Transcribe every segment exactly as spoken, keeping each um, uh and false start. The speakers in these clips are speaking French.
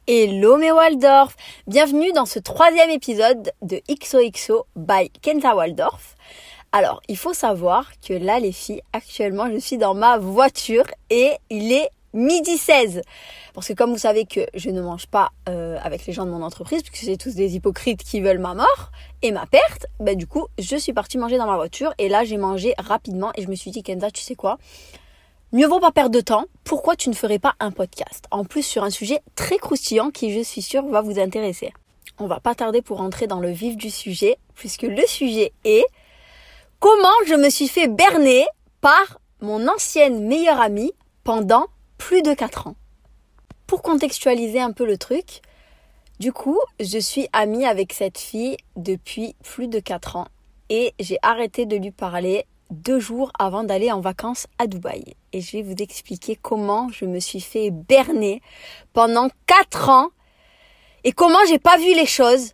Hello mes Waldorf, bienvenue dans ce troisième épisode de X O X O by Kenza Waldorf. Alors, il faut savoir que là les filles, actuellement je suis dans ma voiture et il est midi seize. Parce que comme vous savez que je ne mange pas euh, avec les gens de mon entreprise, puisque c'est tous des hypocrites qui veulent ma mort et ma perte, bah du coup je suis partie manger dans ma voiture et là j'ai mangé rapidement et je me suis dit Kenza, tu sais quoi ? Mieux vaut pas perdre de temps, pourquoi tu ne ferais pas un podcast ? En plus sur un sujet très croustillant qui je suis sûre va vous intéresser. On va pas tarder pour entrer dans le vif du sujet, puisque le sujet est comment je me suis fait berner par mon ancienne meilleure amie pendant plus de quatre ans. Pour contextualiser un peu le truc, du coup je suis amie avec cette fille depuis plus de quatre ans et j'ai arrêté de lui parler deux jours avant d'aller en vacances à Dubaï. Et je vais vous expliquer comment je me suis fait berner pendant quatre ans et comment j'ai pas vu les choses.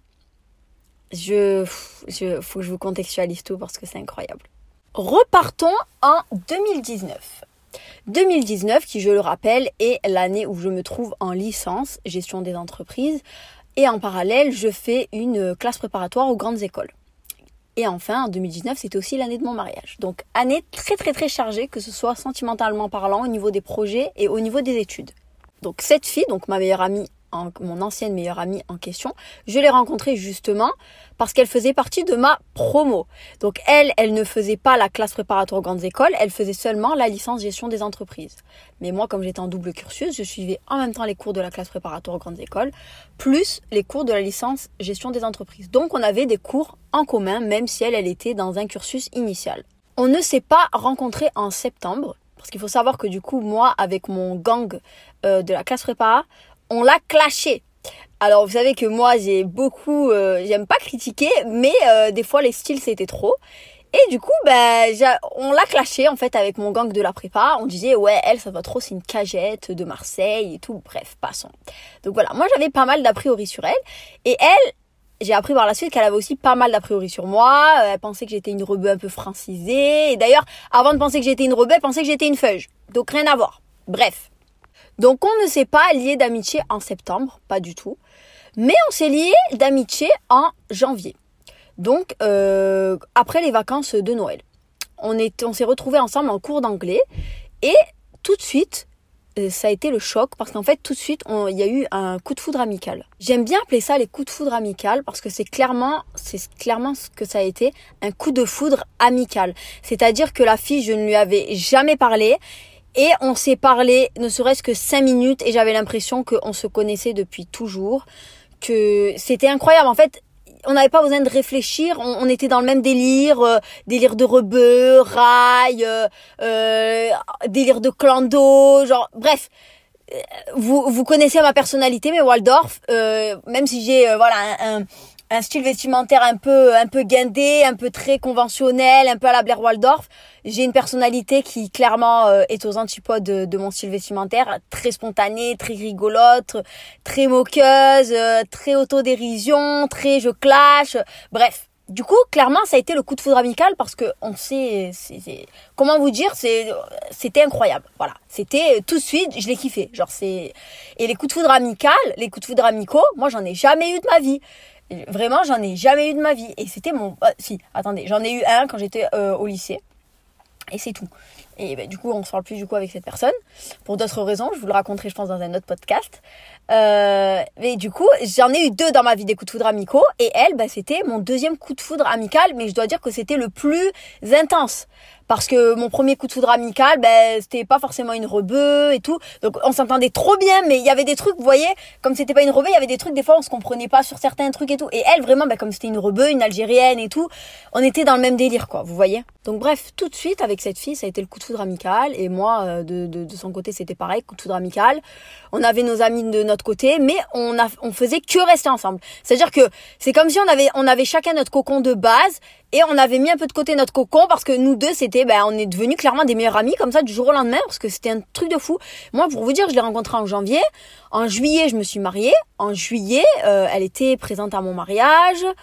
Je, je, faut que je vous contextualise tout parce que c'est incroyable. Repartons en deux mille dix-neuf. deux mille dix-neuf, qui je le rappelle, est l'année où je me trouve en licence gestion des entreprises et en parallèle, je fais une classe préparatoire aux grandes écoles. Et enfin, en deux mille dix-neuf, c'était aussi l'année de mon mariage. Donc, année très très très chargée, que ce soit sentimentalement parlant, au niveau des projets et au niveau des études. Donc, cette fille, donc ma meilleure amie, en, mon ancienne meilleure amie en question, je l'ai rencontrée justement parce qu'elle faisait partie de ma promo. Donc, elle, elle ne faisait pas la classe préparatoire aux grandes écoles, elle faisait seulement la licence gestion des entreprises. Mais moi, comme j'étais en double cursus, je suivais en même temps les cours de la classe préparatoire aux grandes écoles, plus les cours de la licence gestion des entreprises. Donc, on avait des cours en commun, même si elle, elle était dans un cursus initial. On ne s'est pas rencontrés en septembre, parce qu'il faut savoir que du coup, moi, avec mon gang euh, de la classe prépa, on l'a clashé. Alors, vous savez que moi, j'ai beaucoup, euh, j'aime pas critiquer, mais euh, des fois, les styles, c'était trop. Et du coup, ben, on l'a clashé, en fait, avec mon gang de la prépa. On disait, ouais, elle, ça va trop, c'est une cagette de Marseille et tout. Bref, passons. Donc voilà, moi, j'avais pas mal d'a priori sur elle. Et elle, j'ai appris par la suite qu'elle avait aussi pas mal d'a priori sur moi. Elle pensait que j'étais une rebeu un peu francisée. Et d'ailleurs, avant de penser que j'étais une rebeu, elle pensait que j'étais une feuge. Donc rien à voir. Bref. Donc on ne s'est pas liés d'amitié en septembre, pas du tout. Mais on s'est liés d'amitié en janvier. Donc euh, après les vacances de Noël. On, est, on s'est retrouvés ensemble en cours d'anglais. Et tout de suite, ça a été le choc parce qu'en fait tout de suite il y a eu un coup de foudre amical. J'aime bien appeler ça les coups de foudre amical parce que c'est clairement c'est clairement ce que ça a été, un coup de foudre amical. C'est-à-dire que la fille, je ne lui avais jamais parlé et on s'est parlé ne serait-ce que cinq minutes et j'avais l'impression qu'on se connaissait depuis toujours, que c'était incroyable en fait. On n'avait pas besoin de réfléchir, on, on était dans le même délire, euh, délire de rebeu, rail, euh, euh, délire de clando, genre bref. Vous vous connaissez ma personnalité, mais Waldorf, euh, même si j'ai euh, voilà un, un, un style vestimentaire un peu un peu guindé, un peu très conventionnel, un peu à la Blair Waldorf, j'ai une personnalité qui clairement euh, est aux antipodes de, de mon style vestimentaire, très spontanée, très rigolote, très moqueuse, euh, très autodérision, très je clash, bref. Du coup, clairement, ça a été le coup de foudre amical parce que on sait, c'est, c'est, comment vous dire, c'est, c'était incroyable. Voilà, c'était tout de suite, je l'ai kiffé. Genre c'est, et les coups de foudre amical, les coups de foudre amicaux, moi j'en ai jamais eu de ma vie. Vraiment, j'en ai jamais eu de ma vie. Et c'était mon, euh, si, attendez, j'en ai eu un quand j'étais euh, au lycée. Et c'est tout. Et ben, du coup, on se parle plus du coup avec cette personne. Pour d'autres raisons, je vous le raconterai, je pense, dans un autre podcast. Euh, mais du coup, j'en ai eu deux dans ma vie, des coups de foudre amicaux. Et elle, ben, c'était mon deuxième coup de foudre amical. Mais je dois dire que c'était le plus intense. Parce que mon premier coup de foudre amical, ben, c'était pas forcément une rebeu et tout. Donc, on s'entendait trop bien, mais il y avait des trucs, vous voyez, comme c'était pas une rebeu, il y avait des trucs, des fois, on se comprenait pas sur certains trucs et tout. Et elle, vraiment, ben, comme c'était une rebeu, une Algérienne et tout, on était dans le même délire, quoi, vous voyez. Donc, bref, tout de suite, avec cette fille, ça a été le coup de foudre amical. Et moi, euh, de, de, de son côté, c'était pareil, coup de foudre amical. On avait nos amis de notre côté, mais on a, on faisait que rester ensemble. C'est-à-dire que c'est comme si on avait, on avait chacun notre cocon de base. Et on avait mis un peu de côté notre cocon parce que nous deux, c'était, ben, on est devenus clairement des meilleurs amis comme ça du jour au lendemain parce que c'était un truc de fou. Moi, pour vous dire, je l'ai rencontrée en janvier. En juillet, je me suis mariée. En juillet, euh, elle était présente à mon mariage.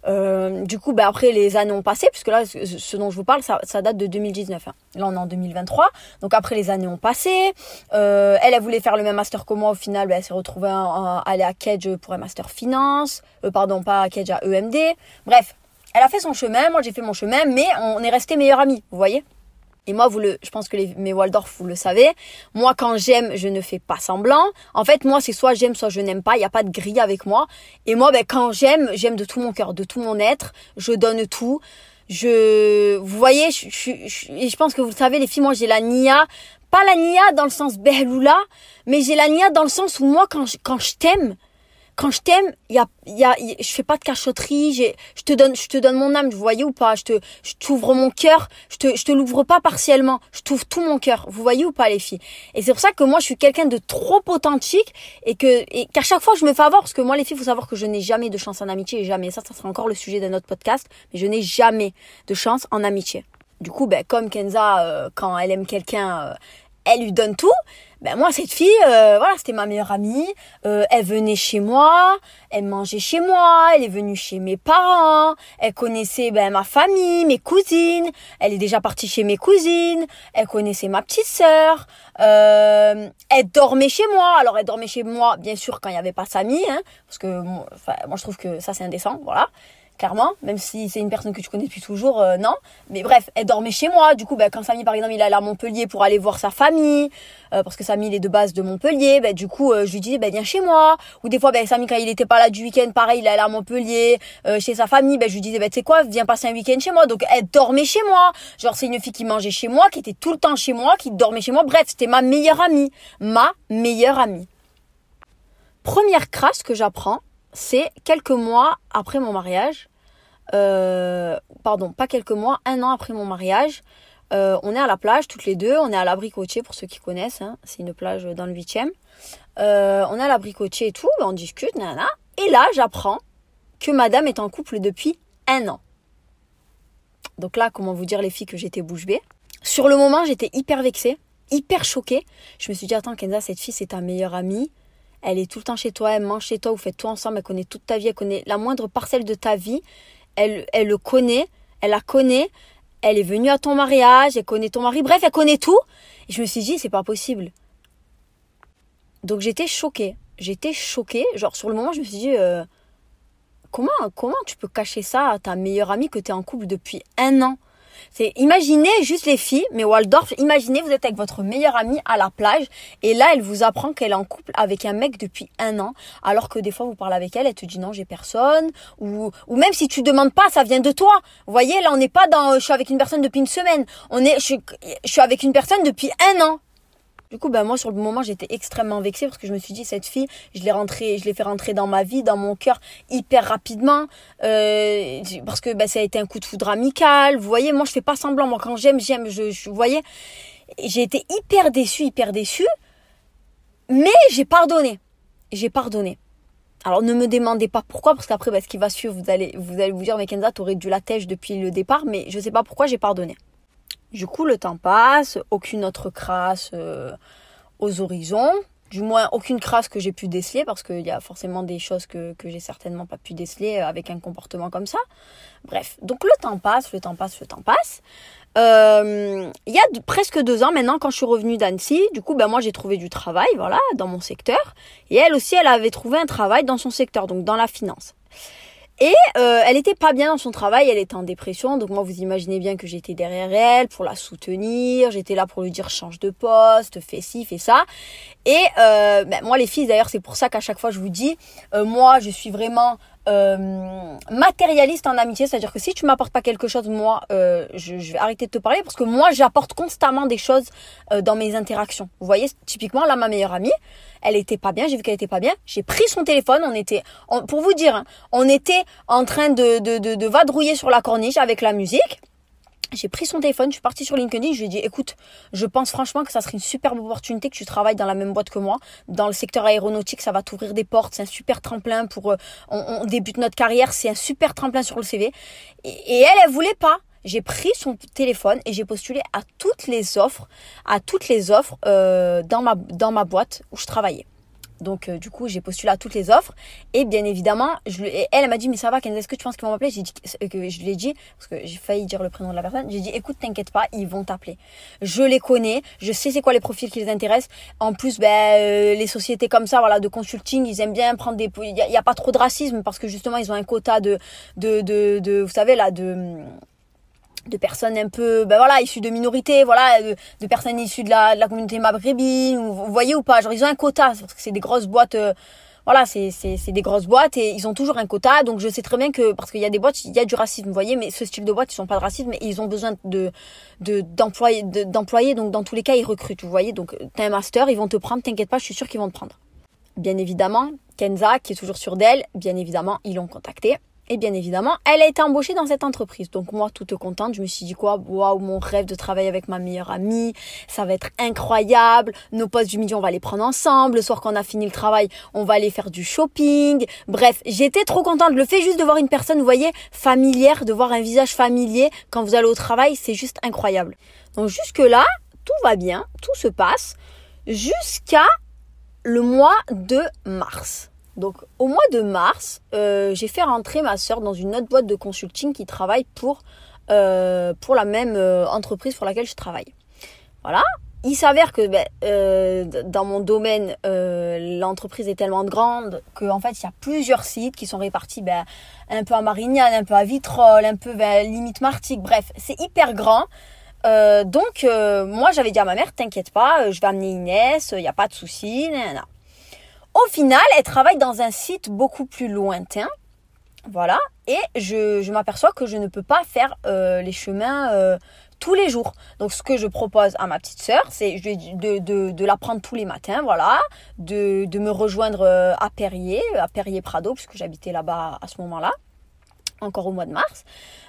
Euh, du coup, ben après les années ont passé, puisque là, ce, ce dont je vous parle, ça, ça date de deux mille dix-neuf. Hein. Là, on est en deux mille vingt-trois. Donc après les années ont passé. Euh, elle, elle voulait faire le même master que moi. Au final, ben, elle s'est retrouvée à, à aller à Kedge pour un master finance. Euh, pardon, pas à Kedge, à E M D. Bref, elle a fait son chemin. Moi, j'ai fait mon chemin, mais on est restés meilleurs amis. Vous voyez? Et moi, vous le, je pense que les, mes Waldorf, vous le savez. Moi, quand j'aime, je ne fais pas semblant. En fait, moi, c'est soit j'aime, soit je n'aime pas. Il n'y a pas de grille avec moi. Et moi, ben, quand j'aime, j'aime de tout mon cœur, de tout mon être. Je donne tout. Je, vous voyez, je, je, je, et je pense que vous le savez, les filles, moi, j'ai la nia. Pas la nia dans le sens beloula, mais j'ai la nia dans le sens où moi, quand je, quand je t'aime, quand je t'aime, il y a, il y a, je fais pas de cachotterie, j'ai, je te donne, je te donne mon âme, vous voyez ou pas? Je te, je t'ouvre mon cœur, je te, je te l'ouvre pas partiellement, je t'ouvre tout mon cœur, vous voyez ou pas les filles? Et c'est pour ça que moi je suis quelqu'un de trop authentique et que, et qu'à chaque fois je me fais avoir, parce que moi les filles, faut savoir que je n'ai jamais de chance en amitié, jamais. Ça, ça sera encore le sujet d'un autre podcast, mais je n'ai jamais de chance en amitié. Du coup, ben comme Kenza, euh, quand elle aime quelqu'un, euh, elle lui donne tout. Ben moi cette fille, euh, voilà, c'était ma meilleure amie. Euh, elle venait chez moi, elle mangeait chez moi, elle est venue chez mes parents, elle connaissait ben ma famille, mes cousines. Elle est déjà partie chez mes cousines. Elle connaissait ma petite sœur. Euh, elle dormait chez moi. Alors elle dormait chez moi, bien sûr, quand il y avait pas Samy, hein, parce que moi, moi je trouve que ça c'est indécent, voilà. Clairement, même si c'est une personne que tu connais depuis toujours, euh, non. Mais bref, elle dormait chez moi. Du coup, ben, quand Samy, par exemple, il allait à Montpellier pour aller voir sa famille, euh, parce que Samy, il est de base de Montpellier, ben, du coup, euh, je lui disais, ben, viens chez moi. Ou des fois, ben, Samy, quand il était pas là du week-end, pareil, il allait à Montpellier, euh, chez sa famille, ben, je lui disais, ben, tu sais quoi, viens passer un week-end chez moi. Donc, elle dormait chez moi. Genre, c'est une fille qui mangeait chez moi, qui était tout le temps chez moi, qui dormait chez moi. Bref, c'était ma meilleure amie. Ma meilleure amie. Première crasse que j'apprends, c'est quelques mois après mon mariage. Euh, pardon, pas quelques mois, un an après mon mariage. Euh, on est à la plage toutes les deux. On est à l'Abricotier pour ceux qui connaissent. Hein, c'est une plage dans le huitième. Euh, on est à l'Abricotier et tout. On discute, nanana. Et là, j'apprends que madame est en couple depuis un an. Donc là, comment vous dire les filles que j'étais bouche bée. Sur le moment, j'étais hyper vexée, hyper choquée. Je me suis dit, attends Kenza, cette fille, c'est ta meilleure amie. Elle est tout le temps chez toi, elle mange chez toi, vous faites tout ensemble, elle connaît toute ta vie, elle connaît la moindre parcelle de ta vie. Elle, elle le connaît, elle la connaît, elle est venue à ton mariage, elle connaît ton mari, bref, elle connaît tout. Et je me suis dit, c'est pas possible. Donc j'étais choquée, j'étais choquée. Genre sur le moment, je me suis dit, euh, comment, comment tu peux cacher ça à ta meilleure amie que tu es en couple depuis un an? C'est, imaginez juste les filles, mais Waldorf, imaginez vous êtes avec votre meilleure amie à la plage et là elle vous apprend qu'elle est en couple avec un mec depuis un an alors que des fois vous parlez avec elle, elle te dit non j'ai personne ou, ou même si tu demandes pas ça vient de toi. Vous voyez là on n'est pas dans je suis avec une personne depuis une semaine, on est je, suis- je suis avec une personne depuis un an. Du coup, ben moi, sur le moment, j'étais extrêmement vexée parce que je me suis dit, cette fille, je l'ai rentrée, je l'ai fait rentrer dans ma vie, dans mon cœur, hyper rapidement, euh, parce que ben, ça a été un coup de foudre amical. Vous voyez, moi, je fais pas semblant. Moi, quand j'aime, j'aime. Je, je, vous voyez, j'ai été hyper déçue, hyper déçue, mais j'ai pardonné. J'ai pardonné. Alors, ne me demandez pas pourquoi, parce qu'après, ben, ce qui va suivre, vous allez, vous allez vous dire, mais Kenza, t'aurais dû la tèche depuis le départ, mais je sais pas pourquoi j'ai pardonné. Du coup, le temps passe, aucune autre crasse euh, aux horizons. Du moins, aucune crasse que j'ai pu déceler, parce qu'il y a forcément des choses que, que j'ai certainement pas pu déceler avec un comportement comme ça. Bref, donc le temps passe, le temps passe, le temps passe. Euh, il y a de, presque deux ans maintenant, quand je suis revenue d'Annecy, du coup, ben moi j'ai trouvé du travail, voilà, dans mon secteur. Et elle aussi, elle avait trouvé un travail dans son secteur, donc dans la finance. Et euh, elle était pas bien dans son travail, elle était en dépression, donc moi vous imaginez bien que j'étais derrière elle pour la soutenir, j'étais là pour lui dire change de poste, fais ci, fais ça. Et euh, ben, moi les filles d'ailleurs c'est pour ça qu'à chaque fois je vous dis, euh, moi je suis vraiment euh, matérialiste en amitié, c'est-à-dire que si tu m'apportes pas quelque chose, moi euh, je, je vais arrêter de te parler parce que moi j'apporte constamment des choses euh, dans mes interactions. Vous voyez typiquement là ma meilleure amie, elle était pas bien, j'ai vu qu'elle était pas bien, j'ai pris son téléphone, on était, on, pour vous dire, hein, on était en train de, de, de, de vadrouiller sur la corniche avec la musique. J'ai pris son téléphone, je suis partie sur LinkedIn, je lui ai dit écoute, je pense franchement que ça serait une superbe opportunité que tu travailles dans la même boîte que moi, dans le secteur aéronautique, ça va t'ouvrir des portes, c'est un super tremplin pour, euh, on, on débute notre carrière, c'est un super tremplin sur le C V. Et, et elle, elle voulait pas. J'ai pris son téléphone et j'ai postulé à toutes les offres, à toutes les offres euh, dans ma dans ma boîte où je travaillais. Donc euh, du coup j'ai postulé à toutes les offres et bien évidemment je lui, et elle, elle m'a dit mais ça va Kenza, est-ce que tu penses qu'ils vont m'appeler? J'ai dit que je lui ai dit, parce que j'ai failli dire le prénom de la personne, j'ai dit écoute t'inquiète pas, ils vont t'appeler, je les connais, je sais c'est quoi les profils qui les intéressent. En plus ben euh, les sociétés comme ça voilà de consulting, ils aiment bien prendre des, il y, a, y a pas trop de racisme parce que justement ils ont un quota de de de, de vous savez là de de personnes un peu ben voilà issues de minorités, voilà de, de personnes issues de la de la communauté maghrébine, ou, vous voyez ou pas, genre ils ont un quota parce que c'est des grosses boîtes euh, voilà c'est c'est c'est des grosses boîtes et ils ont toujours un quota. Donc je sais très bien que parce qu'il y a des boîtes, il y a du racisme, vous voyez, mais ce style de boîte ils sont pas de racisme, mais ils ont besoin de de d'employés de, d'employés donc dans tous les cas ils recrutent, vous voyez. Donc t'as un master, ils vont te prendre, t'inquiète pas, je suis sûre qu'ils vont te prendre. Bien évidemment Kenza qui est toujours sûre d'elle, bien évidemment ils l'ont contactée. Et bien évidemment, elle a été embauchée dans cette entreprise. Donc moi, toute contente, je me suis dit quoi, waouh, mon rêve de travailler avec ma meilleure amie, ça va être incroyable. Nos pauses du midi, on va les prendre ensemble. Le soir, quand on a fini le travail, on va aller faire du shopping. Bref, j'étais trop contente. Le fait juste de voir une personne, vous voyez, familière, de voir un visage familier quand vous allez au travail, c'est juste incroyable. Donc jusque là, tout va bien, tout se passe jusqu'à le mois de mars. Donc au mois de mars, euh, j'ai fait rentrer ma sœur dans une autre boîte de consulting qui travaille pour, euh, pour la même euh, entreprise pour laquelle je travaille. Voilà. Il s'avère que ben, euh, dans mon domaine, euh, l'entreprise est tellement grande qu'en fait, il y a plusieurs sites qui sont répartis ben, un peu à Marignane, un peu à Vitrolles, un peu ben, limite Martigues. Bref, c'est hyper grand. Euh, donc euh, moi, j'avais dit à ma mère, t'inquiète pas, je vais amener Inès, il n'y a pas de souci, nanana. Au final, elle travaille dans un site beaucoup plus lointain, voilà, et je, je m'aperçois que je ne peux pas faire euh, les chemins euh, tous les jours. Donc, ce que je propose à ma petite sœur, c'est de, de, de la prendre tous les matins, voilà, de, de me rejoindre euh, à Perrier, à Perrier-Prado, puisque j'habitais là-bas à ce moment-là, encore au mois de mars.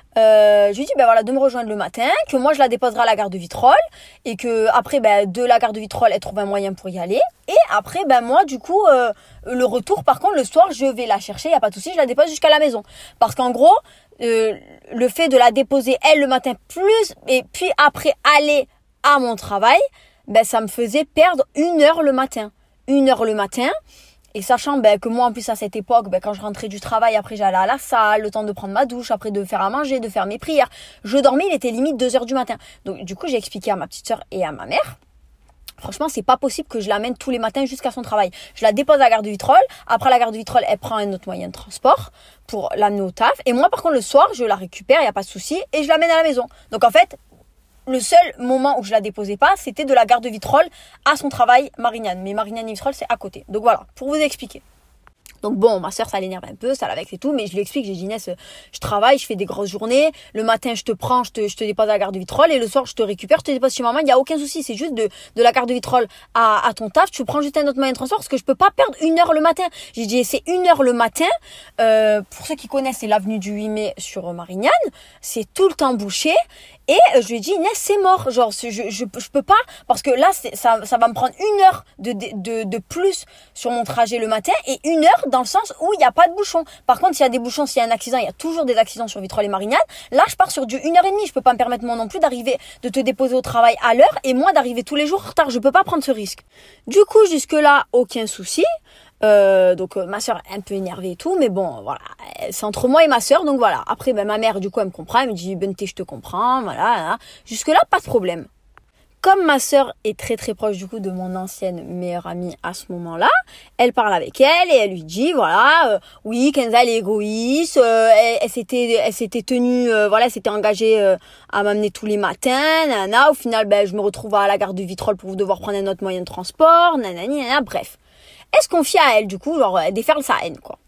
Euh, je lui dis ben voilà de me rejoindre le matin, que moi je la déposerai à la gare de Vitrolles et que après ben de la gare de Vitrolles elle trouve un moyen pour y aller, et après ben moi du coup euh, le retour par contre le soir je vais la chercher, y a pas de souci, je la dépose jusqu'à la maison parce qu'en gros euh, le fait de la déposer elle le matin plus et puis après aller à mon travail, ben ça me faisait perdre une heure le matin, une heure le matin. Et sachant ben, que moi, en plus, à cette époque, ben, quand je rentrais du travail, après j'allais à la salle, le temps de prendre ma douche, après de faire à manger, de faire mes prières. Je dormais, il était limite deux heures du matin. Donc du coup, j'ai expliqué à ma petite sœur et à ma mère. Franchement, c'est pas possible que je l'amène tous les matins jusqu'à son travail. Je la dépose à la gare de Vitrolles. Après la gare de Vitrolles, elle prend un autre moyen de transport pour l'amener au taf. Et moi, par contre, le soir, je la récupère, il n'y a pas de souci, et je l'amène à la maison. Donc en fait, le seul moment où je la déposais pas, c'était de la gare de Vitrolles à son travail Marignane. Mais Marignane et Vitrolles, c'est à côté. Donc voilà, pour vous expliquer. Donc bon, ma soeur, ça l'énerve un peu, ça la vexe et tout, mais je lui explique, j'ai dit Inès, je travaille, je fais des grosses journées, le matin je te prends, je te, je te dépose à la gare de Vitrolles, et le soir je te récupère, je te dépose chez maman, il n'y a aucun souci, c'est juste de, de la gare de Vitrolles à, à ton taf, tu prends juste un autre moyen de transport, parce que je peux pas perdre une heure le matin. J'ai dit, c'est une heure le matin, euh, pour ceux qui connaissent, c'est l'avenue du huit mai sur Marignane, c'est tout le temps bouché, et je lui ai dit, Inès, c'est mort, genre, je, je, je peux pas, parce que là, c'est, ça, ça va me prendre une heure de, de, de plus sur mon trajet le matin, et une heure dans le sens où il n'y a pas de bouchon. Par contre, s'il y a des bouchons, s'il y a un accident, il y a toujours des accidents sur Vitrolles et Marignane. Là, je pars sur du une heure et demie. Je peux pas me permettre moi non plus d'arriver, de te déposer au travail à l'heure, et moi d'arriver tous les jours en retard. Je peux pas prendre ce risque. Du coup, jusque là, aucun souci. Euh, donc euh, ma soeur est un peu énervée et tout, mais bon voilà, c'est entre moi et ma soeur, donc voilà. Après ben, ma mère du coup elle me comprend, elle me dit Benté je te comprends, voilà, voilà. Jusque là pas de problème. Comme ma sœur est très très proche du coup de mon ancienne meilleure amie à ce moment-là, elle parle avec elle et elle lui dit voilà, euh, oui Kenza elle est égoïste, euh, elle, elle s'était elle s'était tenue, euh, voilà, elle s'était engagée euh, à m'amener tous les matins, nanana. Au final ben je me retrouve à la gare de Vitrolles pour devoir prendre un autre moyen de transport, nanani, nanana, bref. Elle se confie à elle du coup, genre elle déferle sa haine quoi.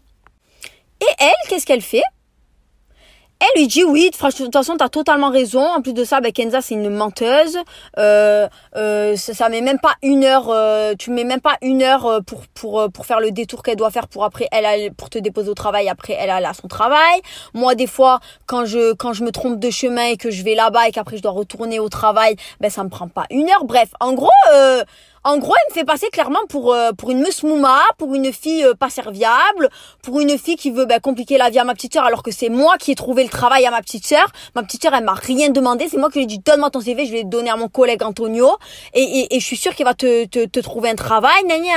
Et elle, qu'est-ce qu'elle fait ? Elle lui dit oui, de toute façon t'as totalement raison. En plus de ça, ben Kenza c'est une menteuse. Euh, euh, ça, ça met même pas une heure. Euh, tu mets même pas une heure pour pour pour faire le détour qu'elle doit faire pour après elle aller, pour te déposer au travail. Après elle aller à son travail. Moi des fois quand je quand je me trompe de chemin et que je vais là-bas et qu'après je dois retourner au travail, ben ça me prend pas une heure. Bref, en gros. Euh, En gros, elle me fait passer clairement pour euh, pour une meusmouma, pour une fille euh, pas serviable, pour une fille qui veut ben, compliquer la vie à ma petite sœur, alors que c'est moi qui ai trouvé le travail à ma petite sœur. Ma petite sœur, elle m'a rien demandé, c'est moi qui lui ai dit donne-moi ton C V, je vais le donner à mon collègue Antonio et, et, et je suis sûre qu'il va te, te te trouver un travail, nan, nan, nan.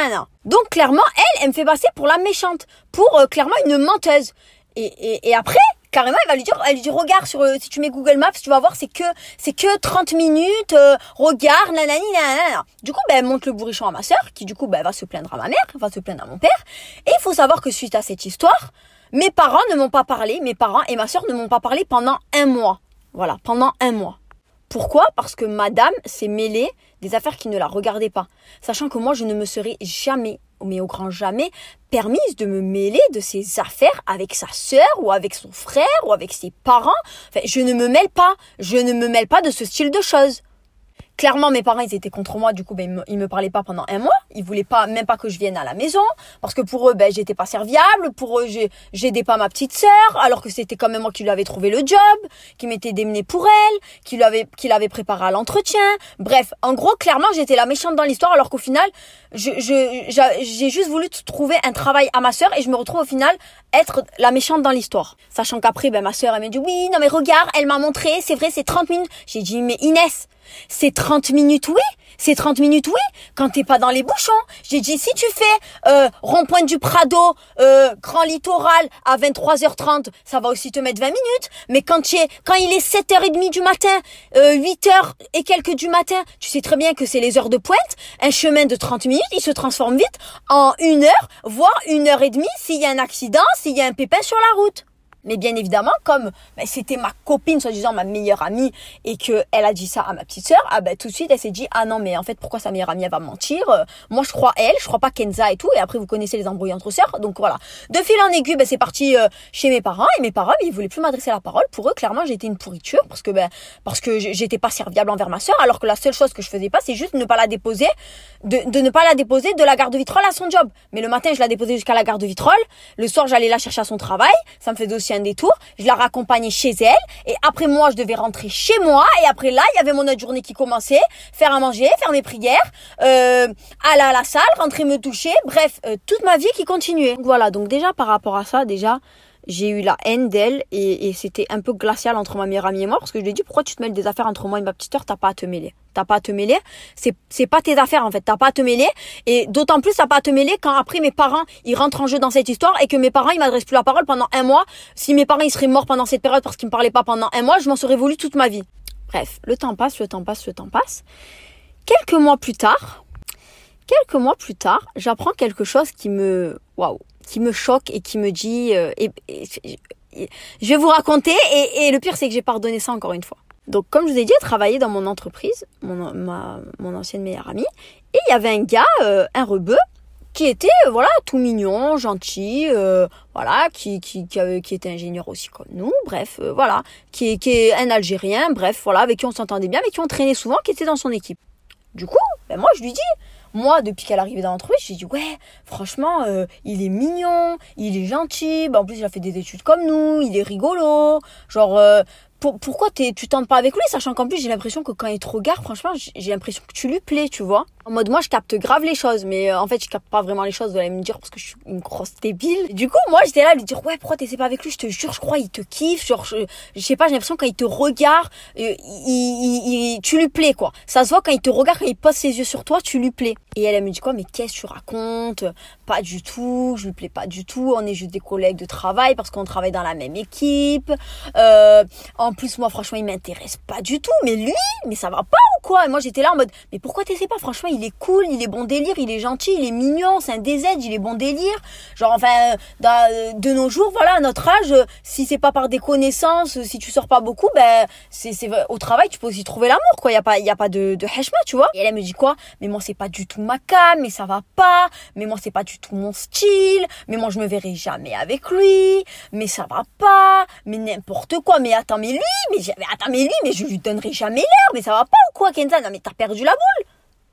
Donc clairement, elle, elle me fait passer pour la méchante, pour euh, clairement une menteuse. Et, et, et après, carrément, elle va lui dire, elle lui dit, regarde sur, euh, si tu mets Google Maps, tu vas voir, c'est que, c'est que trente minutes, euh, regarde, nanani, nanana. Du coup, ben, elle montre le bourrichon à ma sœur, qui du coup, ben, va se plaindre à ma mère, va se plaindre à mon père. Et il faut savoir que suite à cette histoire, mes parents ne m'ont pas parlé, mes parents et ma sœur ne m'ont pas parlé pendant un mois. Voilà, pendant un mois. Pourquoi ? Parce que madame s'est mêlée des affaires qui ne la regardaient pas. Sachant que moi, je ne me serais jamais, mais au grand jamais, permise de me mêler de ses affaires avec sa sœur ou avec son frère ou avec ses parents. Enfin, je ne me mêle pas. Je ne me mêle pas de ce style de choses. Clairement, mes parents, ils étaient contre moi. Du coup, ben, ils me, ils me parlaient pas pendant un mois. Ils voulaient pas, même pas que je vienne à la maison. Parce que pour eux, ben, j'étais pas serviable. Pour eux, j'ai, j'aidais pas ma petite sœur. Alors que c'était quand même moi qui lui avais trouvé le job, qui m'était démené pour elle, qui l'avait, qui l'avait préparé à l'entretien. Bref, en gros, clairement, j'étais la méchante dans l'histoire. Alors qu'au final, je, je, j'ai juste voulu trouver un travail à ma sœur et je me retrouve au final être la méchante dans l'histoire. Sachant qu'après, ben, ma sœur, elle m'a dit, oui, non, mais regarde, elle m'a montré, c'est vrai, c'est trente minutes. J'ai dit, mais Inès, c'est trente minutes, oui. C'est trente minutes, oui. Quand t'es pas dans les bouchons. J'ai dit, si tu fais euh, rond-point du Prado, euh, Grand Littoral à vingt-trois heures trente, ça va aussi te mettre vingt minutes. Mais quand, tu es, quand il est sept heures trente du matin, euh, huit heures et quelques du matin, tu sais très bien que c'est les heures de pointe. Un chemin de trente minutes, il se transforme vite en une heure, voire une heure et demie s'il y a un accident, s'il y a un pépin sur la route. Mais bien évidemment, comme ben, c'était ma copine, soi-disant ma meilleure amie, et que elle a dit ça à ma petite sœur, ah ben tout de suite elle s'est dit, ah non mais en fait pourquoi sa meilleure amie elle va me mentir, euh, moi je crois elle, je crois pas Kenza et tout, et après vous connaissez les embrouilles entre sœurs, donc voilà. De fil en aiguille, ben c'est parti euh, chez mes parents, et mes parents ben, ils voulaient plus m'adresser la parole. Pour eux clairement j'étais une pourriture, parce que ben parce que j'étais pas serviable envers ma sœur, alors que la seule chose que je faisais pas, c'est juste ne pas la déposer, de, de ne pas la déposer de la gare de Vitrolles à son job. Mais le matin je la déposais jusqu'à la gare de Vitrolles, le soir j'allais la chercher à son travail, ça me faisait aussi un détour. Je la raccompagnais chez elle et après moi je devais rentrer chez moi et après là il y avait mon autre journée qui commençait, faire à manger, faire mes prières, euh, aller à la salle, rentrer me toucher, bref euh, toute ma vie qui continuait. Donc voilà, donc déjà par rapport à ça, déjà j'ai eu la haine d'elle et, et c'était un peu glacial entre ma meilleure amie et moi parce que je lui ai dit, pourquoi tu te mêles des affaires entre moi et ma petite sœur, t'as pas à te mêler. T'as pas à te mêler, c'est c'est pas tes affaires en fait, t'as pas à te mêler et d'autant plus t'as pas à te mêler quand après mes parents ils rentrent en jeu dans cette histoire et que mes parents ils m'adressent plus la parole pendant un mois. Si mes parents ils seraient morts pendant cette période parce qu'ils me parlaient pas pendant un mois, je m'en serais voulu toute ma vie. Bref, le temps passe, le temps passe, le temps passe. Quelques mois plus tard, quelques mois plus tard, j'apprends quelque chose qui me waouh, qui me choque et qui me dit euh, et, et, et, je vais vous raconter et, et le pire c'est que j'ai pardonné ça encore une fois. Donc, comme je vous ai dit, elle travaillait dans mon entreprise, mon, ma, mon ancienne meilleure amie. Et il y avait un gars, euh, un rebeu, qui était, euh, voilà, tout mignon, gentil, euh, voilà, qui, qui, qui, avait, qui était ingénieur aussi comme nous, bref, euh, voilà, qui, qui est un Algérien, bref, voilà, avec qui on s'entendait bien, avec qui on traînait souvent, qui était dans son équipe. Du coup, ben moi, je lui dis, moi, depuis qu'elle est arrivée dans l'entreprise, j'ai dit, ouais, franchement, euh, il est mignon, il est gentil, ben, en plus, il a fait des études comme nous, il est rigolo, genre... Euh, Pour, pourquoi t'es, tu tentes pas avec lui, sachant qu'en plus j'ai l'impression que quand il te regarde, franchement, j'ai l'impression que tu lui plais, tu vois. En mode, moi je capte grave les choses, mais euh, en fait je capte pas vraiment les choses, vous allez me dire, parce que je suis une grosse débile. Du coup, moi j'étais là à lui dire, ouais, pourquoi t'essaies pas avec lui, je te jure, je crois, il te kiffe, genre, je, je sais pas, j'ai l'impression quand il te regarde, euh, il, il, il, tu lui plais, quoi. Ça se voit quand il te regarde, quand il pose ses yeux sur toi, tu lui plais. Et elle, elle me dit quoi, mais qu'est-ce que tu racontes? Pas du tout, je lui plais pas du tout, on est juste des collègues de travail parce qu'on travaille dans la même équipe. Euh, en plus, moi, franchement, il m'intéresse pas du tout. Mais lui, mais ça va pas ou quoi? Et moi, j'étais là en mode, mais pourquoi t'essaies pas? Franchement, il est cool, il est bon délire, il est gentil, il est mignon, c'est un D Z, il est bon délire. Genre, enfin, dans, de nos jours, voilà, à notre âge, si c'est pas par des connaissances, si tu sors pas beaucoup, ben, c'est, c'est, au travail, tu peux aussi trouver l'amour, quoi. Il y a pas, il y a pas de, de heshma, tu vois. Et elle, elle me dit quoi? Mais moi, c'est pas du tout ma cam, mais ça va pas. Mais moi, c'est pas du tout mon style. Mais moi, je me verrai jamais avec lui. Mais ça va pas. Mais n'importe quoi. Mais attends, mais lui, mais, mais attends, mais lui, mais je lui donnerai jamais l'heure. Mais ça va pas ou quoi, Kenza? Non, mais t'as perdu la boule.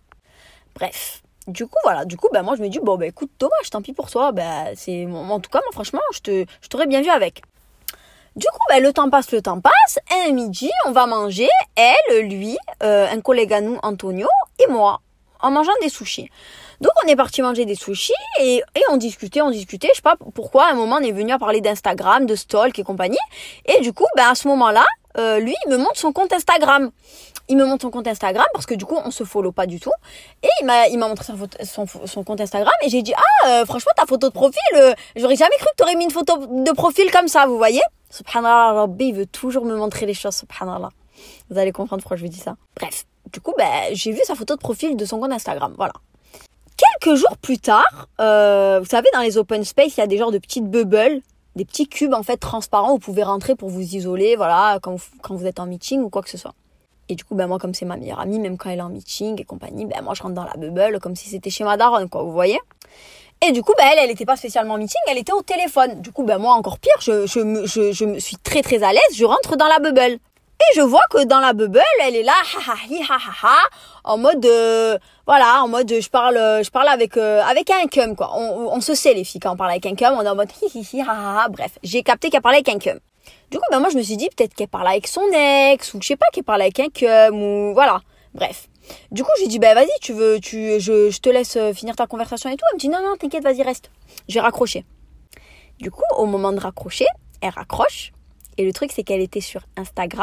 Bref. Du coup, voilà. Du coup, ben, moi, je me dis, bon, ben, écoute, dommage, tant pis pour toi. Ben, c'est, en tout cas, moi, franchement, je te, je t'aurais bien vu avec. Du coup, ben, le temps passe, le temps passe. Un midi, on va manger. Elle, lui, euh, un collègue à nous, Antonio, et moi. en mangeant des sushis. Donc on est parti manger des sushis et, et on discutait, on discutait. Je sais pas pourquoi, à un moment on est venu à parler d'Instagram, de stalk et compagnie. Et du coup, ben à ce moment-là, euh, lui, il me montre son compte Instagram. Il me montre son compte Instagram parce que du coup, on se follow pas du tout. Et il m'a, il m'a montré son, son, son compte Instagram et j'ai dit, ah, euh, franchement, ta photo de profil, euh, j'aurais jamais cru que t'aurais mis une photo de profil comme ça, vous voyez? Subhanallah, Rabbi, il veut toujours me montrer les choses, subhanallah. Vous allez comprendre pourquoi je vous dis ça. Bref, du coup, ben, j'ai vu sa photo de profil de son compte Instagram, voilà. Quelques jours plus tard, euh, vous savez, dans les open space, il y a des genres de petites bubbles, des petits cubes en fait transparents où vous pouvez rentrer pour vous isoler, voilà, quand vous, quand vous êtes en meeting ou quoi que ce soit. Et du coup, ben moi, comme c'est ma meilleure amie, même quand elle est en meeting et compagnie, ben moi, je rentre dans la bubble comme si c'était chez ma daronne, quoi, vous voyez. Et du coup, ben elle, elle était pas spécialement en meeting, elle était au téléphone. Du coup, ben moi, encore pire, je, je, me, je, je me suis très très à l'aise, je rentre dans la bubble. Et je vois que dans la bubble, elle est là, ha ha hi ha ha ha, en mode, euh, voilà, en mode, je parle, je parle avec, euh, avec un cum, quoi. On, on se sait, les filles, quand on parle avec un cum, on est en mode hi hi hi ha ha ha, bref. J'ai capté qu'elle parlait avec un cum. Du coup, ben moi, je me suis dit, peut-être qu'elle parle avec son ex, ou je sais pas, qu'elle parle avec un cum, ou voilà, bref. Du coup, j'ai dit, ben vas-y, tu veux, tu, je, je te laisse finir ta conversation et tout. Elle me dit, non, non, t'inquiète, vas-y, reste. Je vais raccrocher. Du coup, au moment de raccrocher, elle raccroche. Et le truc, c'est qu'elle était sur Instagram,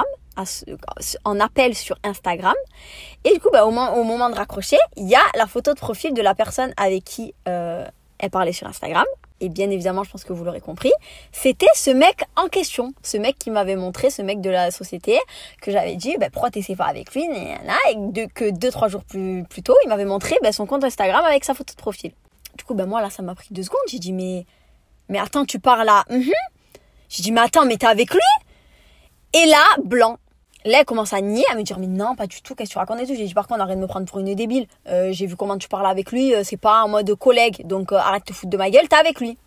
en appel sur Instagram. Et du coup, bah, au, moment, au moment de raccrocher, il y a la photo de profil de la personne avec qui euh, elle parlait sur Instagram. Et bien évidemment, je pense que vous l'aurez compris, c'était ce mec en question. Ce mec qui m'avait montré, ce mec de la société, que j'avais dit, bah, pourquoi t'essaies pas avec lui, et de, que deux, trois jours plus, plus tôt, il m'avait montré bah, son compte Instagram avec sa photo de profil. Du coup, bah, moi, là, ça m'a pris deux secondes. J'ai dit, mais, mais attends, tu parles à... Mm-hmm. J'ai dit, mais attends, mais t'es avec lui? Et là, blanc. Là, elle commence à nier, à me dire, mais non, pas du tout, qu'est-ce que tu racontes et tout. J'ai dit, par contre, arrête de me prendre pour une débile. Euh, j'ai vu comment tu parles avec lui, euh, c'est pas en mode collègue, donc euh, arrête de te foutre de ma gueule, t'es avec lui.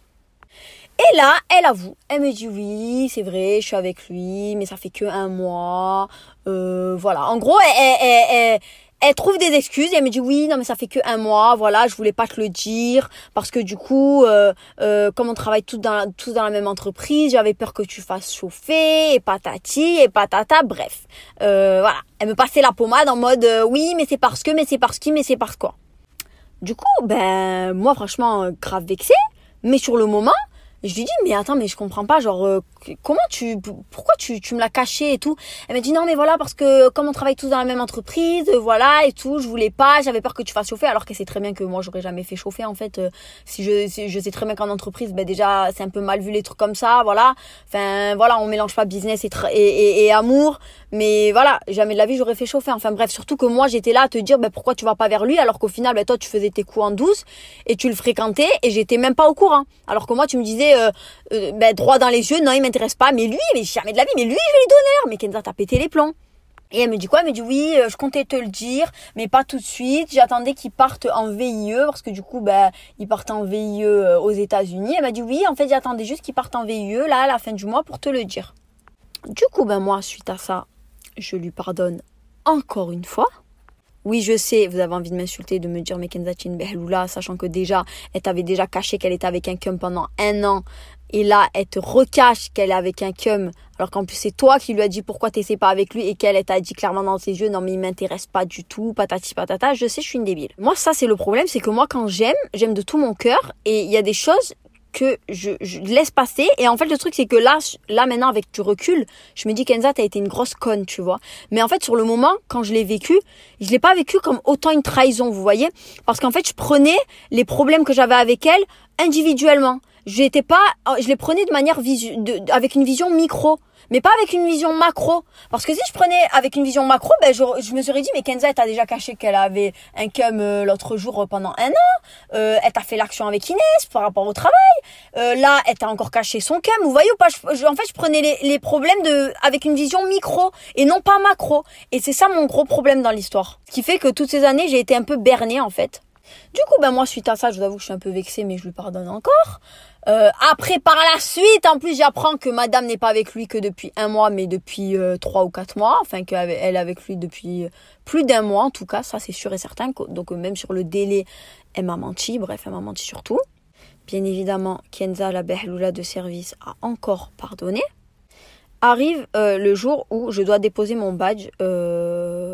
Et là, elle avoue, elle me dit, oui, c'est vrai, je suis avec lui, mais ça fait que un mois. Euh, voilà, en gros, elle, elle, elle, elle trouve des excuses et elle me dit, oui, non, mais ça fait que un mois, voilà, je voulais pas te le dire, parce que du coup, euh, euh, comme on travaille tous dans, la, tous dans la même entreprise, j'avais peur que tu fasses chauffer, et patati, et patata, bref. Euh, voilà, elle me passait la pommade en mode, euh, oui, mais c'est parce que, mais c'est parce que, mais c'est parce quoi. Du coup, ben, moi, franchement, grave vexée, mais sur le moment, je lui dis, mais attends, mais je comprends pas, genre, euh, comment tu, pourquoi tu, tu me l'as caché et tout? Elle m'a dit, non, mais voilà, parce que comme on travaille tous dans la même entreprise, euh, voilà, et tout, je voulais pas, j'avais peur que tu fasses chauffer, alors qu'elle sait très bien que moi, j'aurais jamais fait chauffer, en fait. Euh, si je, si je sais très bien qu'en entreprise, ben déjà, c'est un peu mal vu les trucs comme ça, voilà. Enfin, voilà, on mélange pas business et, tra- et, et, et amour, mais voilà, jamais de la vie, j'aurais fait chauffer. Enfin, bref, surtout que moi, j'étais là à te dire, ben pourquoi tu vas pas vers lui, alors qu'au final, ben toi, tu faisais tes coups en douce, et tu le fréquentais, et j'étais même pas au courant. Alors que moi, tu me disais, Euh, euh, ben, droit dans les yeux, non, il m'intéresse pas, mais lui, mais jamais de la vie, mais lui, je vais lui donner l'heure. Mais Kenza, t'as pété les plombs. Et elle me dit quoi? Elle me dit, oui, euh, je comptais te le dire, mais pas tout de suite. J'attendais qu'il parte en V I E, parce que du coup, ben, il partent en V I E euh, aux États-Unis. Elle m'a dit, oui, en fait, j'attendais juste qu'il parte en V I E, là, à la fin du mois, pour te le dire. Du coup, ben, moi, suite à ça, je lui pardonne encore une fois. Oui, je sais, vous avez envie de m'insulter, de me dire, mais Kenza, tu es une behloula, sachant que déjà, elle t'avait déjà caché qu'elle était avec un cum pendant un an. Et là, elle te recache qu'elle est avec un cum, alors qu'en plus, c'est toi qui lui as dit pourquoi t'essaies pas avec lui et qu'elle, elle t'a dit clairement dans ses yeux, non, mais il m'intéresse pas du tout, patati patata. Je sais, je suis une débile. Moi, ça, c'est le problème, c'est que moi, quand j'aime, j'aime de tout mon cœur et il y a des choses que je, je laisse passer. Et en fait, le truc, c'est que là, là, maintenant, avec du recul, je me dis, Kenza, t'as été une grosse conne, tu vois. Mais en fait, sur le moment, quand je l'ai vécu, je l'ai pas vécu comme autant une trahison, vous voyez. Parce qu'en fait, je prenais les problèmes que j'avais avec elle individuellement. J'étais pas, je les prenais de manière visu, de, avec une vision micro, mais pas avec une vision macro. Parce que si je prenais avec une vision macro, ben je, je me serais dit, mais Kenza, elle t'a déjà caché qu'elle avait un cum euh, l'autre jour pendant un an. Euh, elle t'a fait l'action avec Inès par rapport au travail. Euh, là, elle t'a encore caché son cum. Vous voyez ou pas? je, je, En fait, je prenais les, les problèmes de avec une vision micro et non pas macro. Et c'est ça mon gros problème dans l'histoire. Ce qui fait que toutes ces années, j'ai été un peu bernée en fait. Du coup, ben moi, suite à ça, je vous avoue que je suis un peu vexée, mais je lui pardonne encore. Euh, après, par la suite, en plus, j'apprends que madame n'est pas avec lui que depuis un mois, mais depuis euh, trois ou quatre mois. Enfin, qu'elle est avec lui depuis plus d'un mois, en tout cas. Ça, c'est sûr et certain. Donc, même sur le délai, elle m'a menti. Bref, elle m'a menti sur tout. Bien évidemment, Kenza, la behloula de service, a encore pardonné. Arrive euh, le jour où je dois déposer mon badge euh,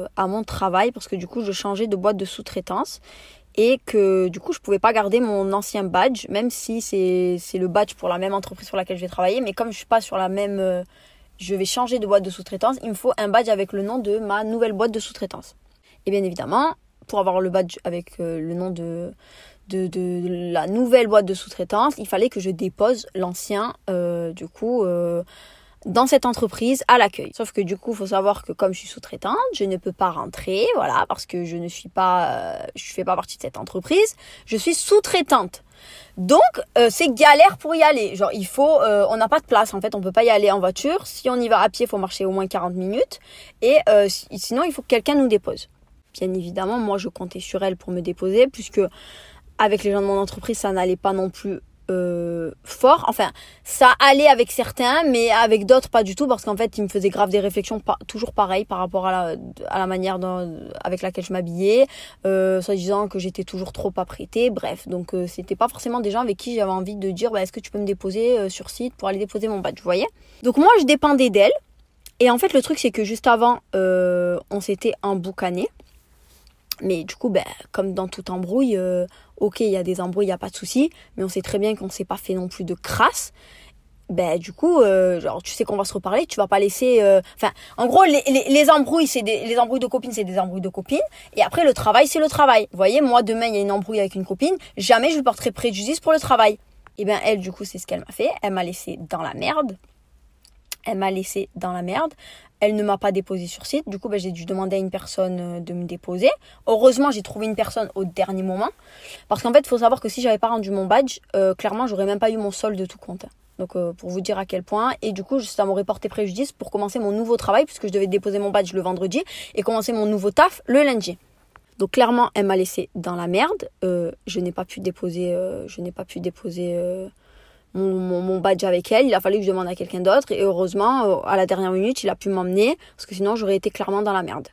euh, à mon travail parce que du coup je changeais de boîte de sous-traitance et que du coup je pouvais pas garder mon ancien badge, même si c'est, c'est le badge pour la même entreprise sur laquelle je vais travailler, mais comme je suis pas sur la même... Euh, je vais changer de boîte de sous-traitance, il me faut un badge avec le nom de ma nouvelle boîte de sous-traitance. Et bien évidemment, pour avoir le badge avec euh, le nom de, de, de, de la nouvelle boîte de sous-traitance, il fallait que je dépose l'ancien, euh, du coup, euh, dans cette entreprise à l'accueil. Sauf que du coup, il faut savoir que comme je suis sous-traitante, je ne peux pas rentrer, voilà, parce que je ne suis pas, euh, je fais pas partie de cette entreprise, je suis sous-traitante. Donc, euh, c'est galère pour y aller. Genre, il faut, euh, on n'a pas de place en fait, on peut pas y aller en voiture. Si on y va à pied, il faut marcher au moins quarante minutes. Et euh, sinon, il faut que quelqu'un nous dépose. Bien évidemment, moi, je comptais sur elle pour me déposer, puisque avec les gens de mon entreprise, ça n'allait pas non plus euh, fort. Enfin, ça allait avec certains, mais avec d'autres, pas du tout, parce qu'en fait, ils me faisaient grave des réflexions, pas, toujours pareil, par rapport à la, à la manière dont, avec laquelle je m'habillais, euh, soit disant que j'étais toujours trop apprêtée, bref. Donc, euh, c'était pas forcément des gens avec qui j'avais envie de dire, bah, est-ce que tu peux me déposer euh, sur site pour aller déposer mon badge, vous voyez? Donc, moi, je dépendais d'elle. Et en fait, le truc, c'est que juste avant, euh, on s'était emboucané. Mais du coup, ben, comme dans toute embrouille, euh, ok, il y a des embrouilles, il n'y a pas de souci, mais on sait très bien qu'on ne s'est pas fait non plus de crasse. Ben, du coup, euh, genre, tu sais qu'on va se reparler, tu vas pas laisser... Enfin, euh... en gros, les, les, les embrouilles, c'est des, les embrouilles de copines, c'est des embrouilles de copines. Et après, le travail, c'est le travail. Vous voyez, moi, demain, il y a une embrouille avec une copine, jamais je lui porterai préjudice pour le travail. Et ben, elle, du coup, c'est ce qu'elle m'a fait. Elle m'a laissé dans la merde. Elle m'a laissé dans la merde. Elle ne m'a pas déposé sur site. Du coup, ben, j'ai dû demander à une personne de me déposer. Heureusement, j'ai trouvé une personne au dernier moment. Parce qu'en fait, il faut savoir que si j'avais pas rendu mon badge, euh, clairement, j'aurais même pas eu mon solde de tout compte. Donc, euh, pour vous dire à quel point. Et du coup, ça m'aurait porté préjudice pour commencer mon nouveau travail, puisque je devais déposer mon badge le vendredi et commencer mon nouveau taf le lundi. Donc, clairement, elle m'a laissé dans la merde. Euh, je n'ai pas pu déposer... Euh, je n'ai pas pu déposer... Euh, Mon, mon, mon badge avec elle, il a fallu que je demande à quelqu'un d'autre et heureusement, à la dernière minute, il a pu m'emmener parce que sinon j'aurais été clairement dans la merde.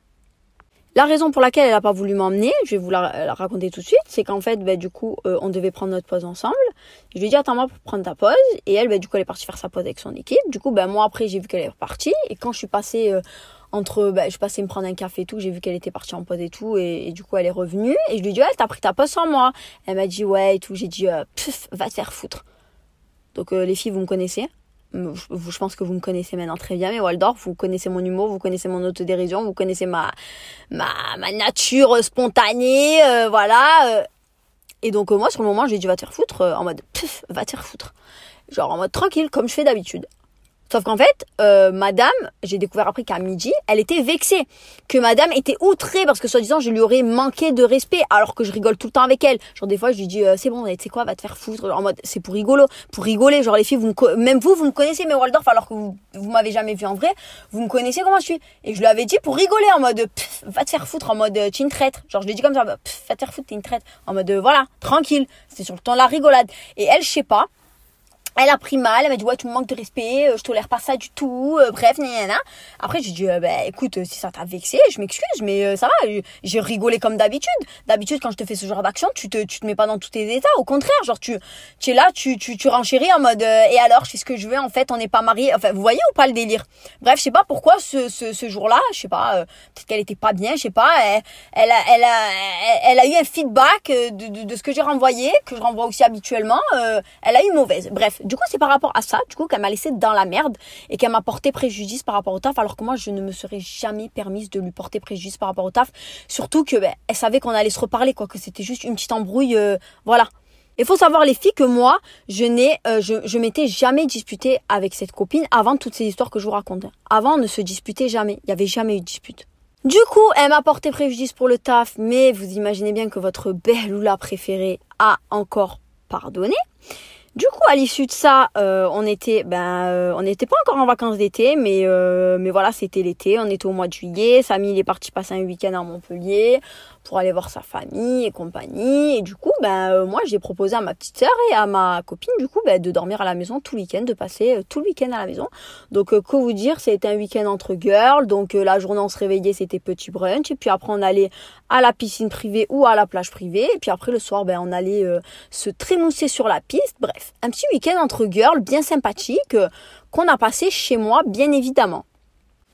La raison pour laquelle elle n'a pas voulu m'emmener, je vais vous la, la raconter tout de suite, c'est qu'en fait, bah, du coup, euh, on devait prendre notre pause ensemble. Je lui ai dit, attends-moi pour prendre ta pause. Et elle, bah, du coup, elle est partie faire sa pause avec son équipe. Du coup, bah, moi, après, j'ai vu qu'elle est repartie. Et quand je suis passée euh, entre, bah, je suis passée me prendre un café et tout, j'ai vu qu'elle était partie en pause et tout. Et, et du coup, elle est revenue. Et je lui ai dit, ouais, t'as pris ta pause sans moi. Elle m'a dit, ouais, et tout. J'ai dit, euh, pff, va te faire foutre. Donc euh, les filles, vous me connaissez. Je, je pense que vous me connaissez maintenant très bien. Mais Waldorf, vous connaissez mon humour, vous connaissez mon autodérision, vous connaissez ma ma, ma nature spontanée, euh, voilà. Euh. Et donc euh, moi, sur le moment, j'ai dit va te faire foutre, euh, en mode pff, va te faire foutre. Genre en mode tranquille, comme je fais d'habitude. Sauf qu'en fait, euh, madame, j'ai découvert après qu'à midi, elle était vexée. Que madame était outrée parce que soi-disant, je lui aurais manqué de respect alors que je rigole tout le temps avec elle. Genre des fois, je lui dis, euh, c'est bon, tu sais quoi, va te faire foutre. Genre, en mode, c'est pour rigolo, pour rigoler. Genre les filles, vous me co- même vous, vous me connaissez, mais Waldorf, alors que vous, vous m'avez jamais vu en vrai, vous me connaissez comment je suis. Et je lui avais dit pour rigoler en mode, pff, va te faire foutre, en mode, tu es une traître. Genre je l'ai dit comme ça, pff, va te faire foutre, t'es une traître. En mode, voilà, tranquille. C'est sur le temps de la rigolade. Et elle, je sais pas. Elle a pris mal, elle m'a dit ouais tu me manques de respect, euh, je tolère pas ça du tout, euh, bref, nanana. Après j'ai dit euh, bah écoute euh, si ça t'a vexé, je m'excuse mais euh, ça va, euh, j'ai rigolé comme d'habitude. D'habitude quand je te fais ce genre d'action, tu te tu te mets pas dans tous tes états, au contraire, genre tu tu es là, tu tu tu renchéris en mode euh, et alors je fais ce que je veux en fait, on n'est pas mariés. Enfin vous voyez ou pas le délire. Bref, je sais pas pourquoi ce ce ce jour-là, je sais pas, euh, peut-être qu'elle était pas bien, je sais pas, elle, elle a elle a elle a eu un feedback de de, de ce que j'ai renvoyé, que je renvoie aussi habituellement, euh, elle a eu mauvaise. Bref. Du coup, c'est par rapport à ça, du coup, qu'elle m'a laissé dans la merde et qu'elle m'a porté préjudice par rapport au taf, alors que moi, je ne me serais jamais permise de lui porter préjudice par rapport au taf. Surtout que, ben, elle savait qu'on allait se reparler, quoi, que c'était juste une petite embrouille, euh, voilà. Il faut savoir, les filles, que moi, je n'ai, euh, je, je m'étais jamais disputée avec cette copine avant toutes ces histoires que je vous raconte. Avant, on ne se disputait jamais. Il n'y avait jamais eu de dispute. Du coup, elle m'a porté préjudice pour le taf, mais vous imaginez bien que votre belle Lula préférée a encore pardonné. Du coup, à l'issue de ça, euh, on était, ben, euh, on n'était pas encore en vacances d'été, mais, euh, mais voilà, c'était l'été. On était au mois de juillet. Samy, il est parti passer un week-end à Montpellier pour aller voir sa famille et compagnie. Et du coup, ben, euh, moi, j'ai proposé à ma petite sœur et à ma copine, du coup, ben, de dormir à la maison tout le week-end, de passer euh, tout le week-end à la maison. Donc, euh, que vous dire, c'était un week-end entre girls. Donc, euh, la journée, on se réveillait, c'était petit brunch. Et puis après, on allait à la piscine privée ou à la plage privée. Et puis après, le soir, ben, on allait euh, se trémousser sur la piste. Bref, un petit week-end entre girls bien sympathique euh, qu'on a passé chez moi, bien évidemment.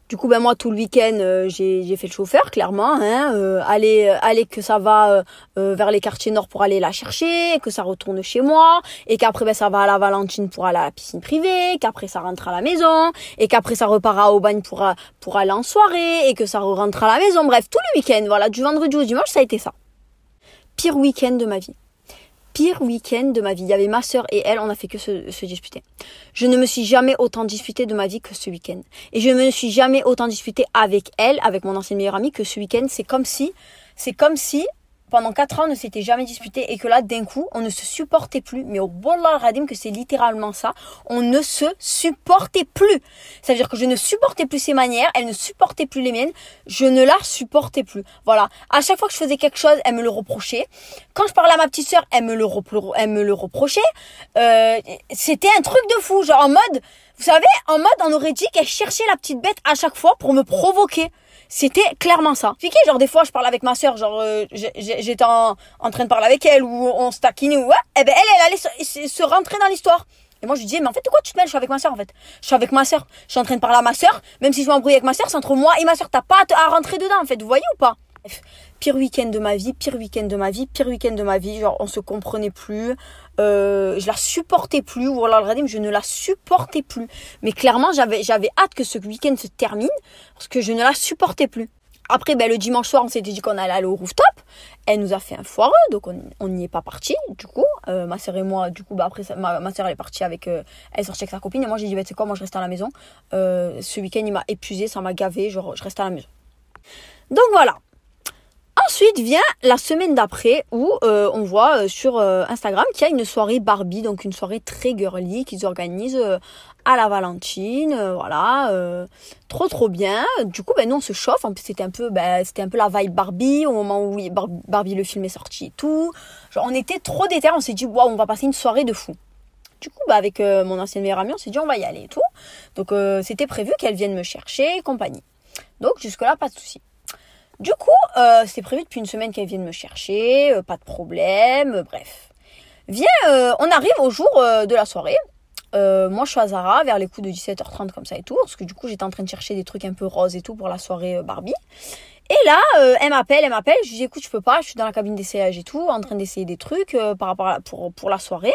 Du coup, ben moi, tout le week-end, euh, j'ai, j'ai fait le chauffeur, clairement. Hein, euh, aller, aller que ça va euh, euh, vers les quartiers nord pour aller la chercher, que ça retourne chez moi, et qu'après, ben ça va à la Valentine pour aller à la piscine privée, qu'après ça rentre à la maison, et qu'après ça repart à Aubagne pour, pour aller en soirée, et que ça rentre à la maison. Bref, tout le week-end, voilà, du vendredi au dimanche, ça a été ça. Pire week-end de ma vie. Pire week-end de ma vie. Il y avait ma sœur et elle, on a fait que se, se disputer. Je ne me suis jamais autant disputée de ma vie que ce week-end. Et je ne me suis jamais autant disputée avec elle, avec mon ancienne meilleure amie, que ce week-end. C'est comme si, c'est comme si, pendant quatre ans, on ne s'était jamais disputé et que là, d'un coup, on ne se supportait plus. Mais au Wallah al-Radim, que c'est littéralement ça. On ne se supportait plus. Ça veut dire que je ne supportais plus ses manières, elle ne supportait plus les miennes. Je ne la supportais plus. Voilà. À chaque fois que je faisais quelque chose, elle me le reprochait. Quand je parlais à ma petite sœur, elle me le, repro- elle me le reprochait. Euh, c'était un truc de fou. Genre en mode, vous savez, en mode, on aurait dit qu'elle cherchait la petite bête à chaque fois pour me provoquer. C'était clairement ça. Tu sais, genre des fois je parle avec ma sœur, genre euh, j'étais en, en train de parler avec elle ou on se taquinait ou ouais, et ben elle elle allait se, se rentrer dans l'histoire. Et moi je lui disais mais en fait de quoi tu te mêles, je suis avec ma sœur en fait. Je suis avec ma sœur, je suis en train de parler à ma sœur, même si je m'embrouille avec ma sœur, c'est entre moi et ma sœur, t'as pas à, te, à rentrer dedans en fait, vous voyez ou pas? Bref, pire week-end de ma vie, pire week-end de ma vie, pire week-end de ma vie, genre on se comprenait plus, euh, je la supportais plus, ou alors je ne la supportais plus. Mais clairement j'avais j'avais hâte que ce week-end se termine, parce que je ne la supportais plus. Après, ben, le dimanche soir, on s'était dit qu'on allait aller au rooftop. Elle nous a fait un foireux, donc on n'y est pas parti. Du coup, euh, ma sœur et moi, du coup, bah après, ma, ma sœur elle est partie avec, euh, elle est sortie avec sa copine. Et moi, j'ai dit, bah, tu sais quoi, moi je reste à la maison. Euh, ce week-end, il m'a épuisé, ça m'a gavé, genre, je reste à la maison. Donc voilà. Ensuite vient la semaine d'après où euh, on voit euh, sur euh, Instagram qu'il y a une soirée Barbie, donc une soirée très girly qu'ils organisent euh, à la Valentine, euh, voilà, euh, trop trop bien. Du coup, ben nous on se chauffe. En plus c'était un peu, ben c'était un peu la vibe Barbie au moment où oui, Barbie, Barbie le film est sorti et tout. Genre on était trop déter, on s'est dit waouh, on va passer une soirée de fou. Du coup, bah avec euh, mon ancienne meilleure amie, on s'est dit on va y aller et tout. Donc euh, c'était prévu qu'elle vienne me chercher et compagnie. Donc jusque là pas de souci. Du coup, euh, c'est prévu depuis une semaine qu'elle vienne me chercher, euh, pas de problème, euh, bref. Viens, euh, on arrive au jour euh, de la soirée. Euh, moi, je suis à Zara vers les coups de dix-sept heures trente comme ça et tout, parce que du coup, j'étais en train de chercher des trucs un peu roses et tout pour la soirée euh, Barbie. Et là, euh, elle m'appelle, elle m'appelle, je lui dis écoute, je peux pas, je suis dans la cabine d'essayage et tout, en train d'essayer des trucs euh, par rapport à la, pour, pour la soirée.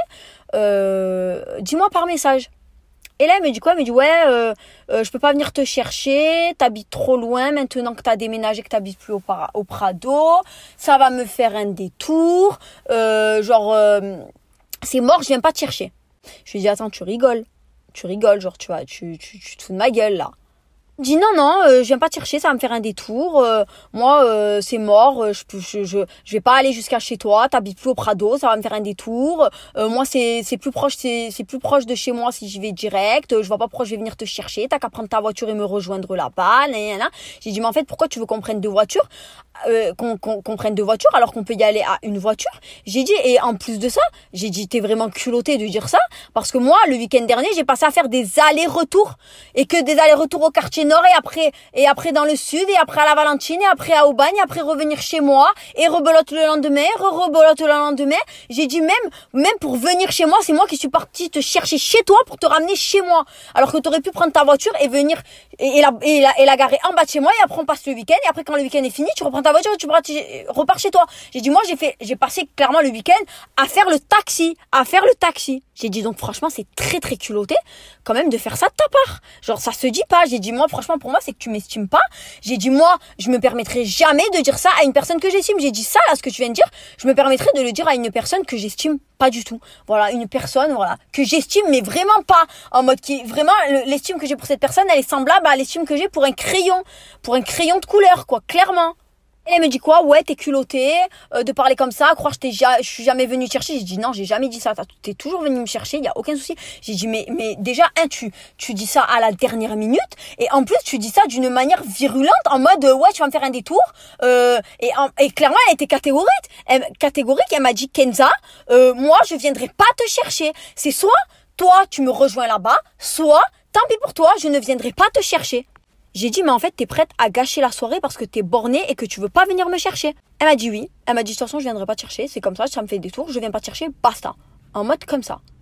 Euh, dis-moi par message. Et là, elle me dit quoi? Elle me dit, ouais, euh, euh, je peux pas venir te chercher, t'habites trop loin maintenant que t'as déménagé, que t'habites plus au, para- au Prado, ça va me faire un détour, euh, genre, euh, c'est mort, je viens pas te chercher. Je lui dis, attends, tu rigoles, tu rigoles, genre, tu vois, tu, tu, tu te fous de ma gueule, là. Elle dit non non euh, je viens pas te chercher, ça va me faire un détour, euh, moi euh, c'est mort, euh, je, je je je vais pas aller jusqu'à chez toi, t'habites plus au Prado, ça va me faire un détour, euh, moi c'est c'est plus proche c'est c'est plus proche de chez moi si j'y vais direct, euh, je vois pas pourquoi je vais venir te chercher, t'as qu'à prendre ta voiture et me rejoindre là-bas. Nanana. J'ai dit mais en fait pourquoi tu veux qu'on prenne deux voitures, euh, qu'on, qu'on qu'on prenne deux voitures alors qu'on peut y aller à une voiture? J'ai dit et en plus de ça j'ai dit t'es vraiment culotté de dire ça parce que moi le week-end dernier j'ai passé à faire des allers-retours et que des allers-retours au quartier nord et après et après dans le sud et après à la Valentine et après à Aubagne, après revenir chez moi et rebelote le lendemain, re-rebelote le lendemain. J'ai dit même même pour venir chez moi, c'est moi qui suis partie te chercher chez toi pour te ramener chez moi. Alors que tu aurais pu prendre ta voiture et venir et, et, la, et, la, et la garer en bas de chez moi et après on passe le week-end et après quand le week-end est fini, tu reprends ta voiture et tu repars chez toi. J'ai dit moi j'ai fait j'ai passé clairement le week-end à faire le taxi, à faire le taxi. J'ai dit donc franchement c'est très très culotté quand même de faire ça de ta part. Genre ça se dit pas. J'ai dit moi franchement pour moi c'est que tu m'estimes pas. J'ai dit moi je me permettrai jamais de dire ça à une personne que j'estime. J'ai dit ça là ce que tu viens de dire, je me permettrai de le dire à une personne que j'estime pas du tout. Voilà, une personne voilà que j'estime mais vraiment pas en mode qui vraiment l'estime que j'ai pour cette personne elle est semblable à l'estime que j'ai pour un crayon, pour un crayon de couleur quoi, clairement. Et elle me dit quoi? Ouais, t'es culotté euh, de parler comme ça, croire que je, t'ai ja- je suis jamais venue te chercher. J'ai dit non, j'ai jamais dit ça. T'es toujours venu me chercher, il y a aucun souci. J'ai dit mais mais déjà un tu tu dis ça à la dernière minute et en plus tu dis ça d'une manière virulente en mode euh, ouais tu vas me faire un détour. Euh, et, en, et clairement elle était catégorique. Elle, catégorique, elle m'a dit Kenza, euh, moi je viendrai pas te chercher. C'est soit toi tu me rejoins là-bas, soit tant pis pour toi, je ne viendrai pas te chercher. J'ai dit, mais en fait, t'es prête à gâcher la soirée parce que t'es bornée et que tu veux pas venir me chercher. Elle m'a dit oui. Elle m'a dit, de toute façon, je viendrai pas te chercher. C'est comme ça, ça me fait des tours. Je viens pas te chercher, basta. En mode comme ça.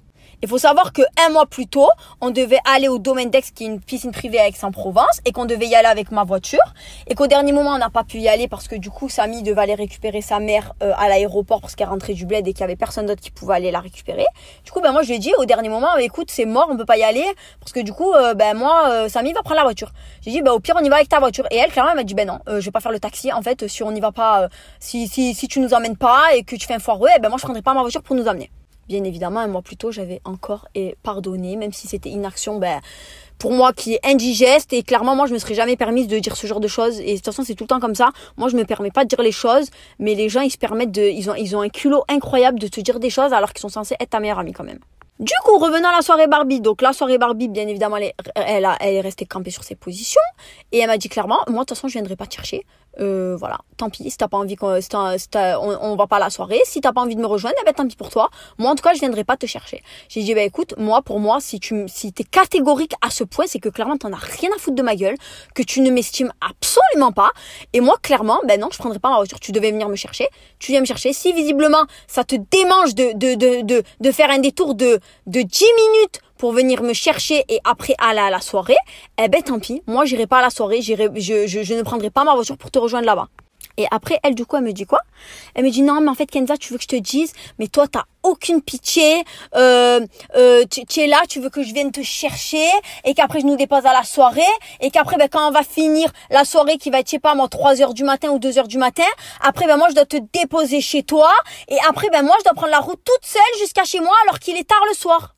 Il faut savoir que un mois plus tôt, on devait aller au Domaine d'Aix, qui est une piscine privée à Aix-en-Provence, et qu'on devait y aller avec ma voiture. Et qu'au dernier moment, on n'a pas pu y aller parce que du coup, Samy devait aller récupérer sa mère euh, à l'aéroport parce qu'elle rentrait du bled et qu'il y avait personne d'autre qui pouvait aller la récupérer. Du coup, ben moi, je lui ai dit au dernier moment, écoute, c'est mort, on peut pas y aller parce que du coup, euh, ben moi, euh, Samy va prendre la voiture. J'ai dit, ben au pire, on y va avec ta voiture. Et elle, clairement, elle m'a dit, ben non, euh, je vais pas faire le taxi. En fait, si on n'y va pas, euh, si si si tu nous emmènes pas et que tu fais un foireux, eh ben moi, je prendrai pas ma voiture pour nous emmener. Bien évidemment, un mois plus tôt, j'avais encore et pardonné, même si c'était une action, ben, pour moi, qui est indigeste. Et clairement, moi, je me serais jamais permise de dire ce genre de choses. Et de toute façon, c'est tout le temps comme ça. Moi, je me permets pas de dire les choses, mais les gens, ils se permettent de, ils ont, ils ont un culot incroyable de te dire des choses alors qu'ils sont censés être ta meilleure amie quand même. Du coup, revenons à la soirée Barbie. Donc, la soirée Barbie, bien évidemment, elle est, elle, a, elle est restée campée sur ses positions. Et elle m'a dit clairement, moi, de toute façon, je viendrai pas te chercher. Euh, voilà, tant pis, si t'as pas envie qu'on, si t'as, si t'as, on, on va pas à la soirée. Si t'as pas envie de me rejoindre, eh ben, tant pis pour toi. Moi, en tout cas, je viendrai pas te chercher. J'ai dit, bah, écoute, moi, pour moi, si tu, si t'es catégorique à ce point, c'est que clairement, t'en as rien à foutre de ma gueule, que tu ne m'estimes absolument pas. Et moi, clairement, ben non, je prendrai pas ma voiture. Tu devais venir me chercher. Tu viens me chercher. Si, visiblement, ça te démange de, de, de, de, de faire un détour de, de dix minutes pour venir me chercher et après aller à la soirée, eh ben tant pis, moi j'irai pas à la soirée, j'irai, je, je, je ne prendrai pas ma voiture pour te rejoindre là-bas. Et après, elle, du coup, elle me dit quoi? Elle me dit, non, mais en fait, Kenza, tu veux que je te dise, mais toi, t'as aucune pitié, euh, euh, tu, tu es là, tu veux que je vienne te chercher, et qu'après, je nous dépose à la soirée, et qu'après, ben, quand on va finir la soirée qui va être, je sais pas, moi, trois heures du matin ou deux heures du matin, après, ben, moi, je dois te déposer chez toi, et après, ben, moi, je dois prendre la route toute seule jusqu'à chez moi alors qu'il est tard le soir.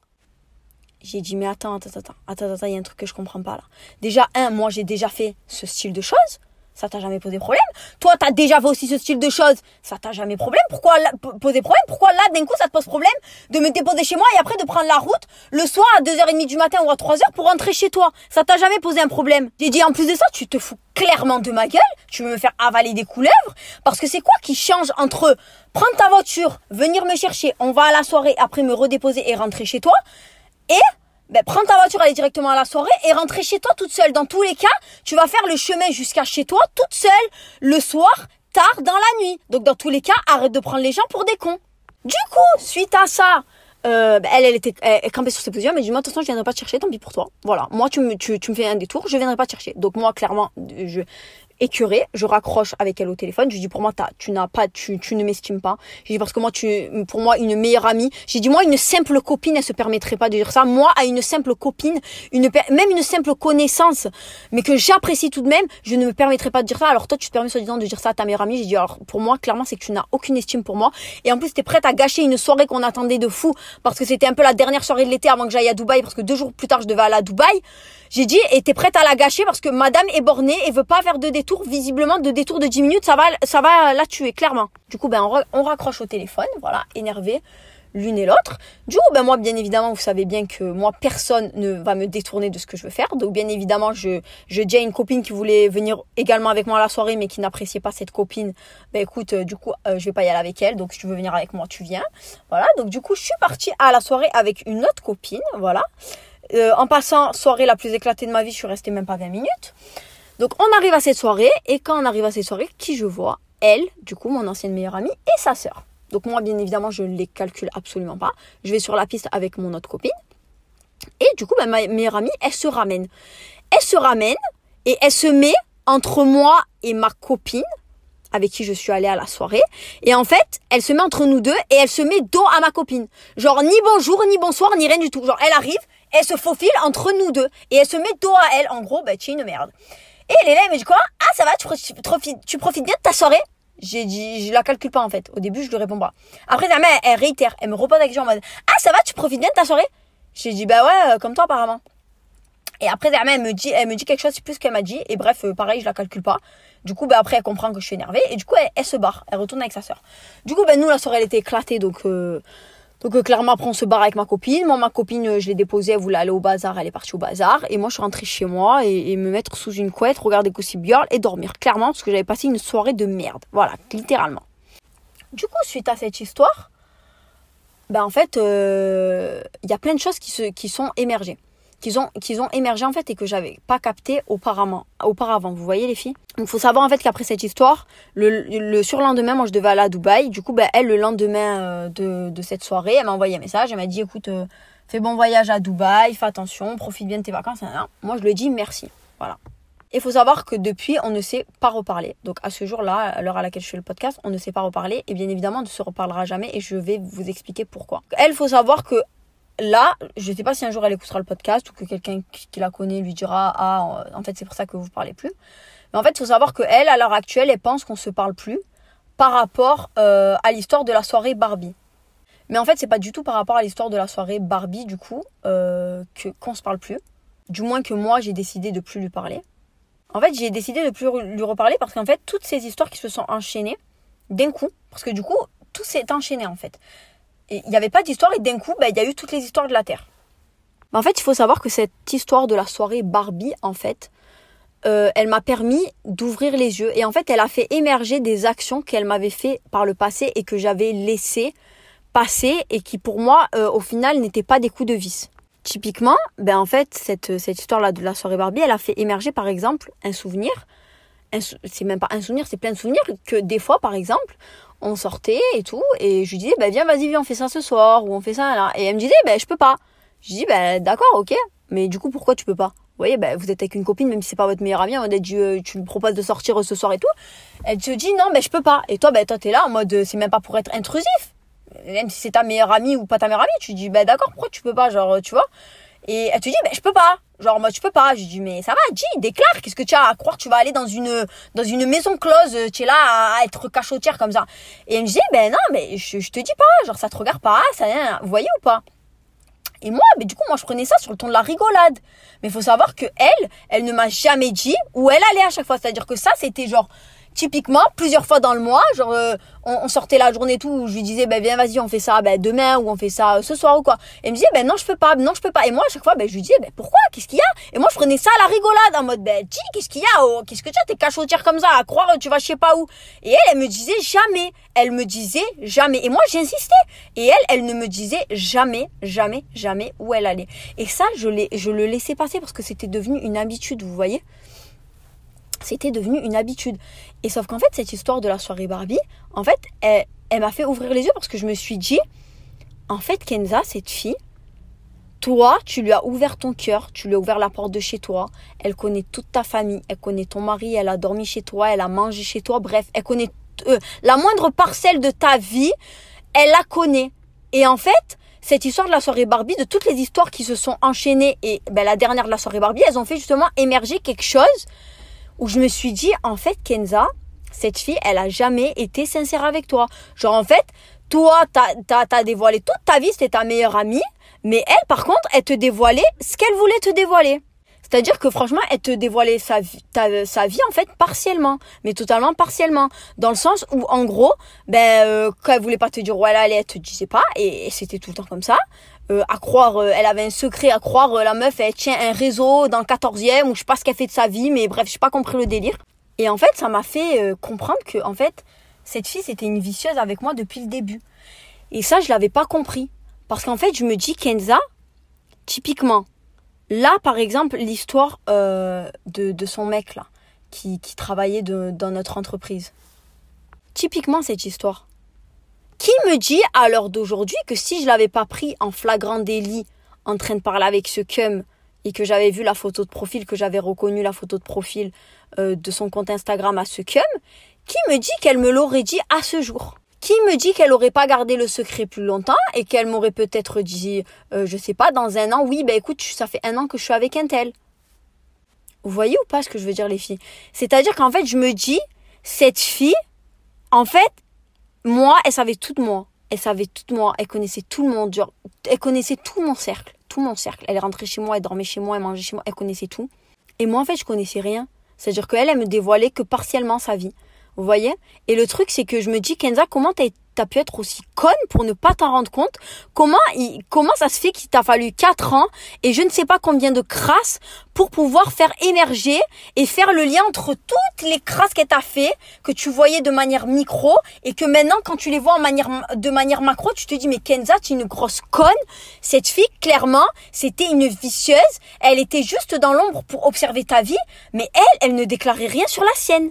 J'ai dit, mais attends, attends, attends, attends, attends, il y a un truc que je comprends pas, là. Déjà, un, moi, j'ai déjà fait ce style de choses. Ça t'a jamais posé problème. Toi, t'as déjà fait aussi ce style de choses. Ça t'a jamais problème. Pourquoi là, poser problème? Pourquoi là, d'un coup, ça te pose problème de me déposer chez moi et après de prendre la route le soir à deux heures trente du matin ou à trois heures pour rentrer chez toi? Ça t'a jamais posé un problème. J'ai dit, en plus de ça, tu te fous clairement de ma gueule. Tu veux me faire avaler des couleuvres. Parce que c'est quoi qui change entre prendre ta voiture, venir me chercher, on va à la soirée, après me redéposer et rentrer chez toi, et ben, prends ta voiture, aller directement à la soirée et rentrer chez toi toute seule. Dans tous les cas, tu vas faire le chemin jusqu'à chez toi toute seule, le soir, tard, dans la nuit. Donc, dans tous les cas, arrête de prendre les gens pour des cons. Du coup, suite à ça, euh, ben, elle, elle était elle, elle campait sur ses positions, mais du moins, de toute façon, je viendrai pas te chercher, tant pis pour toi. Voilà, moi, tu me, tu, tu me fais un détour, je viendrai pas te chercher. Donc, moi, clairement, je... écœurée, je raccroche avec elle au téléphone, je lui dis pour moi t'as, tu n'as pas, tu, tu ne m'estimes pas. J'ai dit parce que moi tu, pour moi une meilleure amie. J'ai dit moi une simple copine elle se permettrait pas de dire ça. Moi à une simple copine, une même une simple connaissance, mais que j'apprécie tout de même, je ne me permettrais pas de dire ça. Alors toi tu te permets soi-disant de dire ça à ta meilleure amie. J'ai dit alors pour moi clairement c'est que tu n'as aucune estime pour moi et en plus t'es prête à gâcher une soirée qu'on attendait de fou parce que c'était un peu la dernière soirée de l'été avant que j'aille à Dubaï parce que deux jours plus tard je devais aller à Dubaï. J'ai dit et t'es prête à la gâcher parce que madame est bornée et veut pas faire de détour, visiblement de détour de dix minutes, ça va, ça va la tuer, clairement. Du coup, ben, on, on raccroche au téléphone, voilà, énervés l'une et l'autre. Du coup, ben, moi, bien évidemment, vous savez bien que moi, personne ne va me détourner de ce que je veux faire. Donc, bien évidemment, je, je dis à une copine qui voulait venir également avec moi à la soirée, mais qui n'appréciait pas cette copine. Ben, écoute, euh, du coup, euh, je vais pas y aller avec elle. Donc, si tu veux venir avec moi, tu viens. Voilà. Donc, du coup, je suis partie à la soirée avec une autre copine, voilà. Euh, en passant, soirée la plus éclatée de ma vie, je suis restée même pas vingt minutes. Donc on arrive à cette soirée, et quand on arrive à cette soirée, qui je vois? Elle, du coup, mon ancienne meilleure amie, et sa sœur. Donc moi, bien évidemment, je ne les calcule absolument pas. Je vais sur la piste avec mon autre copine. Et du coup, ben, ma meilleure amie, elle se ramène. Elle se ramène, et elle se met entre moi et ma copine, avec qui je suis allée à la soirée. Et en fait, elle se met entre nous deux, et elle se met dos à ma copine. Genre, ni bonjour, ni bonsoir, ni rien du tout. Genre, elle arrive, elle se faufile entre nous deux, et elle se met dos à elle. En gros, ben, tu es une merde. Et elle est là, elle me dit quoi? Ah, ça va, tu profites, tu profites bien de ta soirée? J'ai dit, je la calcule pas en fait. Au début, je lui réponds pas. Après, elle, elle réitère, elle me repose la question en mode, ah, ça va, tu profites bien de ta soirée? J'ai dit, bah ouais, comme toi apparemment. Et après, elle me dit, elle me dit quelque chose, c'est plus ce qu'elle m'a dit. Et bref, pareil, je la calcule pas. Du coup, bah après, elle comprend que je suis énervée. Et du coup, elle, elle se barre, elle retourne avec sa sœur. Du coup, ben nous, la soirée, elle était éclatée, donc... Euh, Donc euh, clairement après on se barre avec ma copine. Moi ma copine euh, je l'ai déposée, elle voulait aller au bazar, elle est partie au bazar. Et moi je suis rentrée chez moi et, et me mettre sous une couette, regarder Gossip Girl et dormir. Clairement parce que j'avais passé une soirée de merde. Voilà, littéralement. Du coup suite à cette histoire, ben en fait il euh, y a plein de choses qui, se, qui sont émergées. Qu'ils ont, qu'ils ont émergé en fait et que j'avais pas capté auparavant. auparavant. Vous voyez les filles? Donc faut savoir en fait qu'après cette histoire, le, le surlendemain, moi je devais aller à Dubaï. Du coup, ben, elle, le lendemain euh, de, de cette soirée, elle m'a envoyé un message. Elle m'a dit, écoute, euh, fais bon voyage à Dubaï, fais attention, profite bien de tes vacances. Moi, je lui dis merci. Voilà. Il faut savoir que depuis, on ne s'est pas reparlé. Donc à ce jour-là, à l'heure à laquelle je fais le podcast, on ne s'est pas reparlé. Et bien évidemment, on ne se reparlera jamais. Et je vais vous expliquer pourquoi. Elle, il faut savoir que là, je ne sais pas si un jour elle écoutera le podcast ou que quelqu'un qui la connaît lui dira « Ah, en fait, c'est pour ça que vous ne parlez plus. » Mais en fait, il faut savoir qu'elle, à l'heure actuelle, elle pense qu'on ne se parle plus par rapport euh, à l'histoire de la soirée Barbie. Mais en fait, c'est pas du tout par rapport à l'histoire de la soirée Barbie, du coup, euh, que, qu'on se parle plus. Du moins que moi, j'ai décidé de plus lui parler. En fait, j'ai décidé de plus lui reparler parce qu'en fait, toutes ces histoires qui se sont enchaînées d'un coup, parce que du coup, tout s'est enchaîné en fait. Et il n'y avait pas d'histoire et d'un coup, ben, il y a eu toutes les histoires de la Terre. Mais en fait, il faut savoir que cette histoire de la soirée Barbie, en fait, euh, elle m'a permis d'ouvrir les yeux. Et en fait, elle a fait émerger des actions qu'elle m'avait fait par le passé et que j'avais laissé passer et qui pour moi, euh, au final, n'étaient pas des coups de vis. Typiquement, ben en fait, cette, cette histoire-là de la soirée Barbie, elle a fait émerger, par exemple, un souvenir. Un, c'est même pas un souvenir, c'est plein de souvenirs que des fois, par exemple, on sortait et tout, et je lui disais, ben viens, vas-y, viens, on fait ça ce soir, ou on fait ça là. Et elle me disait, ben je peux pas. Je dis, ben d'accord, ok, mais du coup, pourquoi tu peux pas? Vous voyez, ben vous êtes avec une copine, même si c'est pas votre meilleure amie, on dit, euh, tu lui proposes de sortir ce soir et tout. Elle te dit, non, ben je peux pas. Et toi, ben toi, t'es là en mode, c'est même pas pour être intrusif. Même si c'est ta meilleure amie ou pas ta meilleure amie, tu dis, bah d'accord, pourquoi tu peux pas, genre, tu vois. Et elle te dit, bah je peux pas, genre, moi, tu peux pas. Je dis, mais ça va, dis, déclare, qu'est-ce que tu as à croire, tu vas aller dans une, dans une maison close, tu es là à, à être cachotière comme ça. Et elle me disait, ben non, mais je, je te dis pas, genre, ça te regarde pas, ça, vous voyez ou pas. Et moi, ben, du coup, moi, je prenais ça sur le ton de la rigolade. Mais il faut savoir que elle, elle ne m'a jamais dit où elle allait à chaque fois. C'est-à-dire que ça, c'était genre, typiquement, plusieurs fois dans le mois, genre, euh, on, on sortait la journée et tout, où je lui disais, ben, viens, vas-y, on fait ça, ben, demain, ou on fait ça euh, ce soir, ou quoi. Et elle me disait, ben, non, je peux pas, non, je peux pas. Et moi, à chaque fois, ben, je lui disais, ben, pourquoi? Qu'est-ce qu'il y a? Et moi, je prenais ça à la rigolade, en mode, ben, dis, qu'est-ce qu'il y a? Oh, qu'est-ce que tu as? T'es cachotière comme ça, à croire, tu vas je sais pas où. Et elle, elle me disait jamais. Elle me disait jamais. Et moi, j'insistais. Et elle, elle ne me disait jamais, jamais, jamais où elle allait. Et ça, je l'ai, je le laissais passer parce que c'était devenu une habitude, vous voyez? C'était devenu une habitude. Et sauf qu'en fait, cette histoire de la soirée Barbie, en fait, elle, elle m'a fait ouvrir les yeux parce que je me suis dit, en fait, Kenza, cette fille, toi, tu lui as ouvert ton cœur, tu lui as ouvert la porte de chez toi, elle connaît toute ta famille, elle connaît ton mari, elle a dormi chez toi, elle a mangé chez toi, bref, elle connaît euh, la moindre parcelle de ta vie, elle la connaît. Et en fait, cette histoire de la soirée Barbie, de toutes les histoires qui se sont enchaînées, et ben, la dernière de la soirée Barbie, elles ont fait justement émerger quelque chose où je me suis dit, en fait, Kenza, cette fille, elle a jamais été sincère avec toi. Genre, en fait, toi, t'as, t'as, t'as dévoilé toute ta vie, c'était ta meilleure amie, mais elle, par contre, elle te dévoilait ce qu'elle voulait te dévoiler. C'est-à-dire que franchement, elle te dévoilait sa vie, ta, sa vie en fait partiellement, mais totalement partiellement. Dans le sens où, en gros, ben, euh, quand elle voulait pas te dire où elle allait, elle te disait pas, et, et c'était tout le temps comme ça. Euh, à croire, euh, elle avait un secret, à croire, euh, la meuf, elle tient un réseau dans le quatorzième, ou je sais pas ce qu'elle fait de sa vie, mais bref, j'ai pas compris le délire. Et en fait, ça m'a fait euh, comprendre que, en fait, cette fille, c'était une vicieuse avec moi depuis le début. Et ça, je l'avais pas compris. Parce qu'en fait, je me dis, Kenza, typiquement, là, par exemple, l'histoire euh, de, de son mec, là, qui, qui travaillait de, dans notre entreprise. Typiquement, cette histoire. Qui me dit, à l'heure d'aujourd'hui, que si je l'avais pas pris en flagrant délit, en train de parler avec ce cum, et que j'avais vu la photo de profil, que j'avais reconnu la photo de profil euh, de son compte Instagram à ce cum, qui me dit qu'elle me l'aurait dit à ce jour? Qui me dit qu'elle aurait pas gardé le secret plus longtemps et qu'elle m'aurait peut-être dit, euh, je sais pas, dans un an, oui, ben écoute, ça fait un an que je suis avec un tel. Vous voyez ou pas ce que je veux dire, les filles? C'est-à-dire qu'en fait, je me dis, cette fille, en fait, moi, elle savait tout de moi. Elle savait tout de moi. Elle connaissait tout le monde. Genre, elle connaissait tout mon cercle. Tout mon cercle. Elle est rentrée chez moi, elle dormait chez moi, elle mangeait chez moi. Elle connaissait tout. Et moi, en fait, je connaissais rien. C'est-à-dire qu'elle, elle me dévoilait que partiellement sa vie. Vous voyez? Et le truc, c'est que je me dis, Kenza, comment t'as, t'as pu être aussi conne pour ne pas t'en rendre compte? Comment, il, comment ça se fait qu'il t'a fallu quatre ans et je ne sais pas combien de crasses pour pouvoir faire émerger et faire le lien entre toutes les crasses qu'elle t'a fait, que tu voyais de manière micro et que maintenant, quand tu les vois en manière, de manière macro, tu te dis, mais Kenza, tu es une grosse conne. Cette fille, clairement, c'était une vicieuse. Elle était juste dans l'ombre pour observer ta vie, mais elle, elle ne déclarait rien sur la sienne.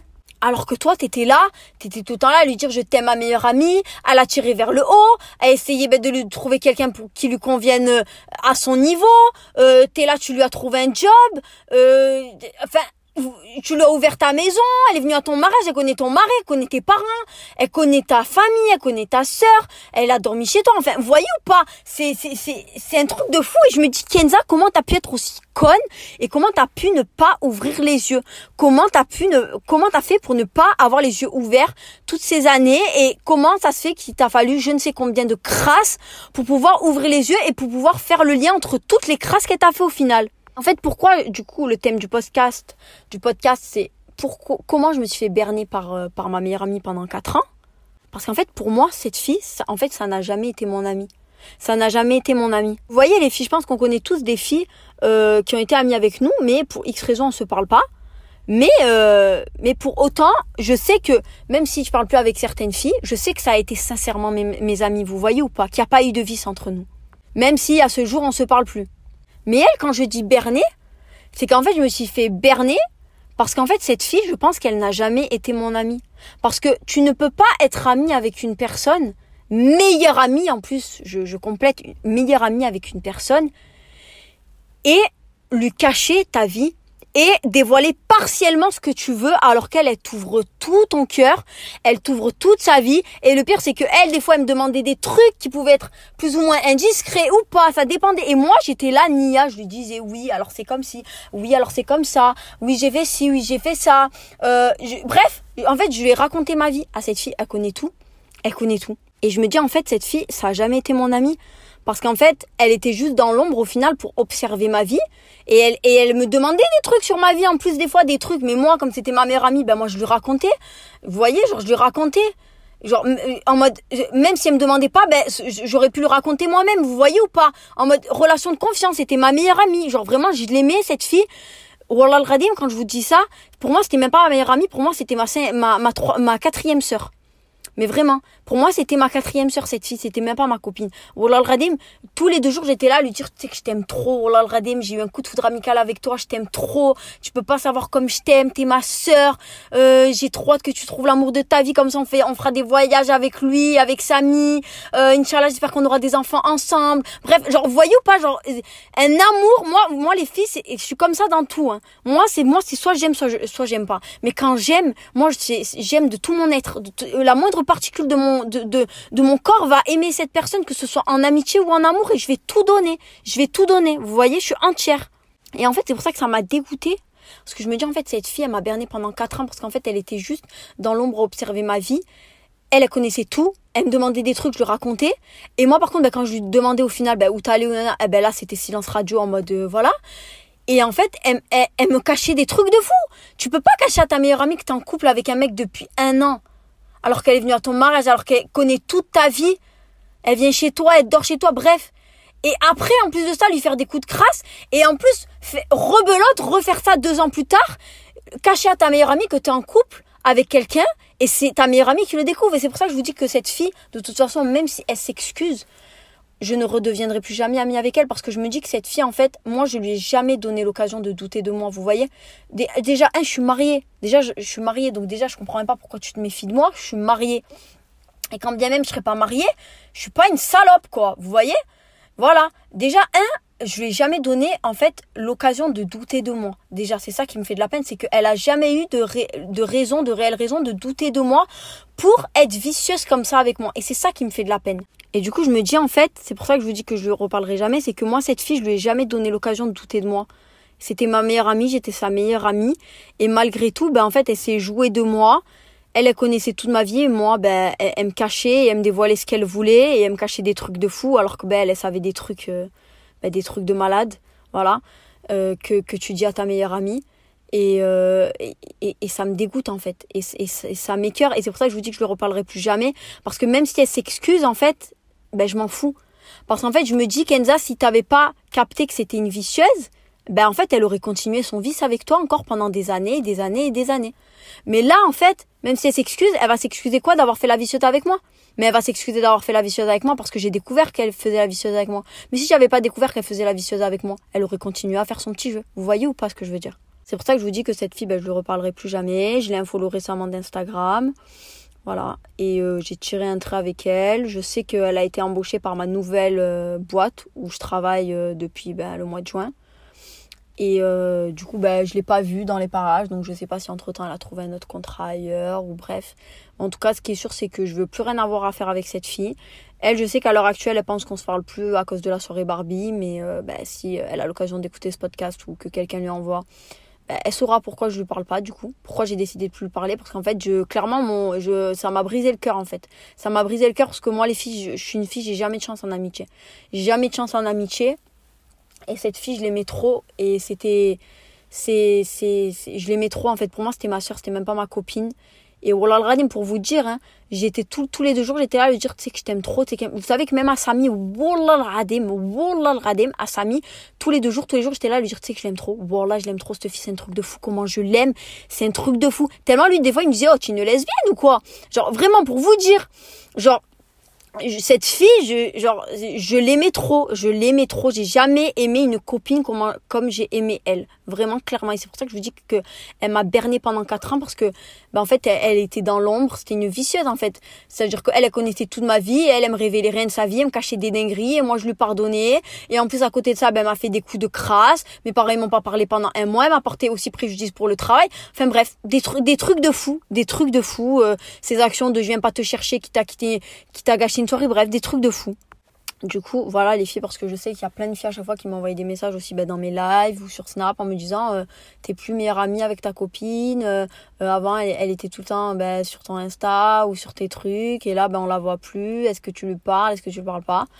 Alors que toi, t'étais là, t'étais tout le temps là à lui dire je t'aime ma meilleure amie, à la tirer vers le haut, à essayer ben, de lui trouver quelqu'un pour qui lui convienne euh, à son niveau. Euh, t'es là, tu lui as trouvé un job. Euh, enfin, tu lui as ouvert ta maison, elle est venue à ton mariage, elle connaît ton mari, elle connaît tes parents, elle connaît ta famille, elle connaît ta sœur, elle a dormi chez toi. Enfin, vous voyez ou pas? C'est, c'est, c'est, c'est un truc de fou. Et je me dis, Kenza, comment t'as pu être aussi conne et comment t'as pu ne pas ouvrir les yeux? Comment t'as pu ne, comment t'as fait pour ne pas avoir les yeux ouverts toutes ces années? Et comment ça se fait qu'il t'a fallu je ne sais combien de crasses pour pouvoir ouvrir les yeux et pour pouvoir faire le lien entre toutes les crasses qu'elle t'a fait au final? En fait, pourquoi, du coup, le thème du podcast, du podcast, c'est pourquoi, comment je me suis fait berner par, euh, par ma meilleure amie pendant quatre ans. Parce qu'en fait, pour moi, cette fille, ça, en fait, ça n'a jamais été mon amie. Ça n'a jamais été mon amie. Vous voyez, les filles, je pense qu'on connaît tous des filles euh, qui ont été amies avec nous, mais pour X raisons, on se parle pas. Mais, euh, mais pour autant, je sais que, même si je parle plus avec certaines filles, je sais que ça a été sincèrement mes, mes amies, vous voyez ou pas, qu'il n'y a pas eu de vice entre nous. Même si, à ce jour, on se parle plus. Mais elle, quand je dis berner, c'est qu'en fait, je me suis fait berner parce qu'en fait, cette fille, je pense qu'elle n'a jamais été mon amie. Parce que tu ne peux pas être amie avec une personne, meilleure amie en plus, je, je complète, meilleure amie avec une personne, et lui cacher ta vie et dévoiler partiellement ce que tu veux alors qu'elle, elle t'ouvre tout ton cœur, elle t'ouvre toute sa vie. Et le pire, c'est que elle, des fois, elle me demandait des trucs qui pouvaient être plus ou moins indiscrets ou pas, ça dépendait. Et moi, j'étais là, Nia, je lui disais oui, alors c'est comme ci, oui, alors c'est comme ça, oui, j'ai fait ci, oui, j'ai fait ça. Euh, je, bref, en fait, je lui ai raconté ma vie à cette fille, elle connaît tout, elle connaît tout. Et je me dis, en fait, cette fille, ça a jamais été mon amie. Parce qu'en fait, elle était juste dans l'ombre au final pour observer ma vie. Et elle, et elle me demandait des trucs sur ma vie, en plus des fois des trucs. Mais moi, comme c'était ma meilleure amie, ben moi je lui racontais. Vous voyez, genre je lui racontais. Genre en mode, même si elle me demandait pas, ben j'aurais pu le raconter moi-même. Vous voyez ou pas? En mode relation de confiance, c'était ma meilleure amie. Genre vraiment, je l'aimais cette fille. Wallah al-Ghadim, quand je vous dis ça, pour moi c'était même pas ma meilleure amie. Pour moi c'était ma ma ma, ma, ma quatrième sœur. Mais vraiment, pour moi, c'était ma quatrième sœur, cette fille. C'était même pas ma copine. Wallah al-Ghadim, tous les deux jours, j'étais là à lui dire, tu sais que je t'aime trop. Wallah al-Ghadim, j'ai eu un coup de foudre amical avec toi. Je t'aime trop. Tu peux pas savoir comme je t'aime. T'es ma sœur. Euh, j'ai trop hâte que tu trouves l'amour de ta vie. Comme ça, on fait, on fera des voyages avec lui, avec Samy. Euh, Inch'Allah, j'espère qu'on aura des enfants ensemble. Bref, genre, vous voyez ou pas, genre, un amour. Moi, moi, les filles, c'est, je suis comme ça dans tout, hein. Moi, c'est, moi, c'est soit j'aime, soit, je, soit j'aime pas. Mais quand j'aime, moi, c'est, j'aime de tout mon être. De, de, la moindre particule de mon de, de de mon corps va aimer cette personne, que ce soit en amitié ou en amour, et je vais tout donner, je vais tout donner, vous voyez, je suis entière. Et en fait, c'est pour ça que ça m'a dégoûtée, parce que je me dis, en fait, cette fille, elle m'a berné pendant quatre ans, parce qu'en fait, elle était juste dans l'ombre à observer ma vie. Elle, elle connaissait tout, elle me demandait des trucs, je lui racontais, et moi, par contre, ben, quand je lui demandais au final, ben, où t'allais, eh ben là, c'était silence radio, en mode, euh, voilà. Et en fait, elle, elle, elle me cachait des trucs de fou. Tu peux pas cacher à ta meilleure amie que t'es en couple avec un mec depuis un an, alors qu'elle est venue à ton mariage, alors qu'elle connaît toute ta vie. Elle vient chez toi, elle dort chez toi, bref. Et après, en plus de ça, lui faire des coups de crasse. Et en plus, fait, rebelote, refaire ça deux ans plus tard. Cacher à ta meilleure amie que tu es en couple avec quelqu'un. Et c'est ta meilleure amie qui le découvre. Et c'est pour ça que je vous dis que cette fille, de toute façon, même si elle s'excuse, je ne redeviendrai plus jamais amie avec elle, parce que je me dis que cette fille, en fait, moi, je lui ai jamais donné l'occasion de douter de moi, vous voyez. Déjà, un, je suis mariée. Déjà, je, je suis mariée, donc déjà, je comprends même pas pourquoi tu te méfies de moi. Je suis mariée. Et quand bien même je serais pas mariée, je suis pas une salope, quoi. Vous voyez? Voilà. Déjà, un, je lui ai jamais donné, en fait, l'occasion de douter de moi. Déjà, c'est ça qui me fait de la peine, c'est qu'elle a jamais eu de, ré, de raison, de réelle raison de douter de moi pour être vicieuse comme ça avec moi. Et c'est ça qui me fait de la peine. Et du coup, je me dis, en fait, c'est pour ça que je vous dis que je lui reparlerai jamais, c'est que moi, cette fille, je lui ai jamais donné l'occasion de douter de moi. C'était ma meilleure amie, j'étais sa meilleure amie. Et malgré tout, ben, en fait, elle s'est jouée de moi. Elle, elle connaissait toute ma vie, et moi, ben, elle, elle me cachait, et elle me dévoilait ce qu'elle voulait, et elle me cachait des trucs de fou, alors que, ben, elle, elle savait des trucs, euh, ben, des trucs de malade, voilà, euh, que, que tu dis à ta meilleure amie. Et, euh, et, et, et ça me dégoûte, en fait. Et, et, et ça m'écœure, et c'est pour ça que je vous dis que je ne le reparlerai plus jamais. Parce que même si elle s'excuse, en fait, ben, je m'en fous. Parce qu'en fait, je me dis, Kenza, si tu n'avais pas capté que c'était une vicieuse, ben, en fait, elle aurait continué son vice avec toi encore pendant des années, des années et des années. Mais là, en fait, même si elle s'excuse, elle va s'excuser quoi d'avoir fait la vicieuse avec moi? Mais elle va s'excuser d'avoir fait la vicieuse avec moi parce que j'ai découvert qu'elle faisait la vicieuse avec moi. Mais si j'avais pas découvert qu'elle faisait la vicieuse avec moi, elle aurait continué à faire son petit jeu. Vous voyez ou pas ce que je veux dire? C'est pour ça que je vous dis que cette fille, ben, je ne lui reparlerai plus jamais. Je l'ai unfollow récemment d'Instagram. Voilà. Et euh, j'ai tiré un trait avec elle. Je sais qu'elle a été embauchée par ma nouvelle euh, boîte où je travaille euh, depuis ben, le mois de juin. Et euh, du coup, ben, je ne l'ai pas vue dans les parages. Donc, je ne sais pas si entre-temps, elle a trouvé un autre contrat ailleurs ou bref. En tout cas, ce qui est sûr, c'est que je ne veux plus rien avoir à faire avec cette fille. Elle, je sais qu'à l'heure actuelle, elle pense qu'on se parle plus à cause de la soirée Barbie. Mais euh, ben, si elle a l'occasion d'écouter ce podcast ou que quelqu'un lui envoie, ben, elle saura pourquoi je lui parle pas du coup. Pourquoi j'ai décidé de plus lui parler. Parce qu'en fait, je, clairement, mon, je, ça m'a brisé le cœur en fait. Ça m'a brisé le cœur parce que moi, les filles, je, je suis une fille, j'ai jamais de chance en amitié. J'ai jamais de chance en amitié. Et cette fille, je l'aimais trop. Et c'était... C'est, c'est, c'est, je l'aimais trop en fait. Pour moi, c'était ma soeur, c'était même pas ma copine. Et Wallah al-Radim, pour vous dire, hein, j'étais tout, tous les deux jours, j'étais là à lui dire, tu sais que je t'aime trop. Tu sais, vous savez que même à Samy, Wallah al-Radim, Wallah al-Radim, à Samy, tous les deux jours, tous les jours, j'étais là à lui dire, tu sais que je l'aime trop. Wallah, je l'aime trop, cette fille, c'est un truc de fou. Comment je l'aime, c'est un truc de fou. Tellement lui, des fois, il me disait, oh, tu es une lesbienne ou quoi? Genre, vraiment, pour vous dire, genre, cette fille, je, genre, je l'aimais trop, je l'aimais trop. J'ai jamais aimé une copine comme, comme j'ai aimé elle. Vraiment, clairement. Et c'est pour ça que je vous dis que elle m'a berné pendant quatre ans parce que, ben, en fait, elle, elle était dans l'ombre. C'était une vicieuse, en fait. C'est-à-dire qu'elle, elle connaissait toute ma vie. Et elle, elle me révélait rien de sa vie. Elle me cachait des dingueries. Et moi, je lui pardonnais. Et en plus, à côté de ça, ben, elle m'a fait des coups de crasse. Mes parents, ils m'ont pas parlé pendant un mois. Elle m'a porté aussi préjudice pour le travail. Enfin, bref, des trucs, des trucs de fou. Des trucs de fou. Euh, ces actions de je viens pas te chercher qui t'a quitté, qui t'a gâché une soirée, bref, des trucs de fou. Du coup, voilà les filles, parce que je sais qu'il y a plein de filles à chaque fois qui m'envoient des messages aussi ben, dans mes lives ou sur Snap en me disant euh, t'es plus meilleure amie avec ta copine, euh, euh, avant elle, elle était tout le temps ben, sur ton Insta ou sur tes trucs et là ben, on la voit plus, est-ce que tu lui parles, est-ce que tu lui parles pas?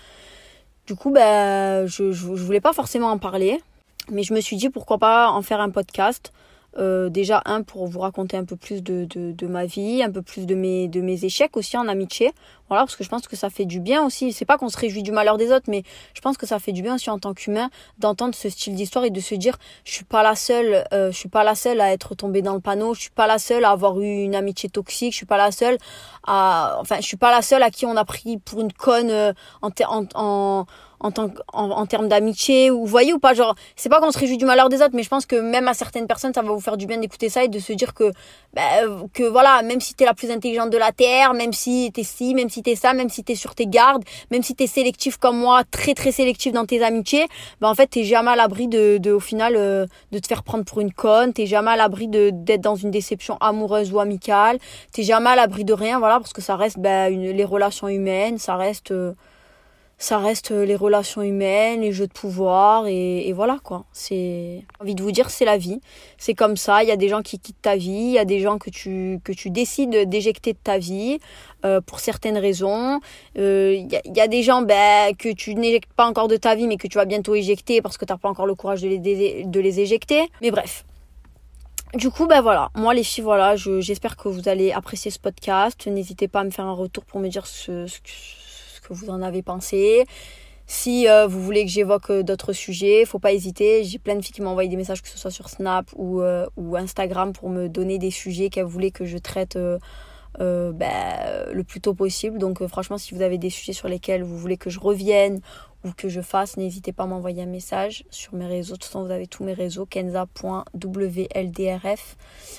Du coup, ben, je, je, je voulais pas forcément en parler, mais je me suis dit pourquoi pas en faire un podcast. Euh, déjà un pour vous raconter un peu plus de, de, de ma vie, un peu plus de mes, de mes échecs aussi en amitié, voilà, parce que je pense que ça fait du bien aussi, c'est pas qu'on se réjouit du malheur des autres, mais je pense que ça fait du bien aussi en tant qu'humain d'entendre ce style d'histoire et de se dire je suis pas la seule, euh, je suis pas la seule à être tombée dans le panneau, je suis pas la seule à avoir eu une amitié toxique, je suis pas la seule à, enfin je suis pas la seule à qui on a pris pour une conne euh, en, en, en en tant en, en termes d'amitié, ou vous voyez ou pas, genre c'est pas qu'on se réjouit du malheur des autres, mais je pense que même à certaines personnes ça va vous faire du bien d'écouter ça et de se dire que bah, que voilà, même si t'es la plus intelligente de la terre, même si t'es ci, même si t'es ça, même si t'es sur tes gardes, même si t'es sélectif comme moi, très très sélectif dans tes amitiés, bah en fait t'es jamais à l'abri de, de au final euh, de te faire prendre pour une conne, t'es jamais à l'abri de d'être dans une déception amoureuse ou amicale, t'es jamais à l'abri de rien, voilà, parce que ça reste bah, une, les relations humaines, ça reste euh, ça reste les relations humaines, les jeux de pouvoir et, et voilà quoi. C'est, j'ai envie de vous dire, c'est la vie. C'est comme ça. Il y a des gens qui quittent ta vie, il y a des gens que tu que tu décides d'éjecter de ta vie euh, pour certaines raisons. Euh, il y a, il y a des gens ben que tu n'éjectes pas encore de ta vie, mais que tu vas bientôt éjecter parce que t'as pas encore le courage de les de les éjecter. Mais bref. Du coup, ben voilà, moi les filles, voilà, je, j'espère que vous allez apprécier ce podcast. N'hésitez pas à me faire un retour pour me dire ce, ce que que vous en avez pensé. Si euh, vous voulez que j'évoque euh, d'autres sujets, faut pas hésiter. J'ai plein de filles qui m'ont envoyé des messages, que ce soit sur Snap ou, euh, ou Instagram, pour me donner des sujets qu'elles voulaient que je traite euh, euh, bah, le plus tôt possible. Donc euh, franchement, si vous avez des sujets sur lesquels vous voulez que je revienne ou que je fasse, n'hésitez pas à m'envoyer un message sur mes réseaux. De toute façon, vous avez tous mes réseaux, kenza point w l d r f.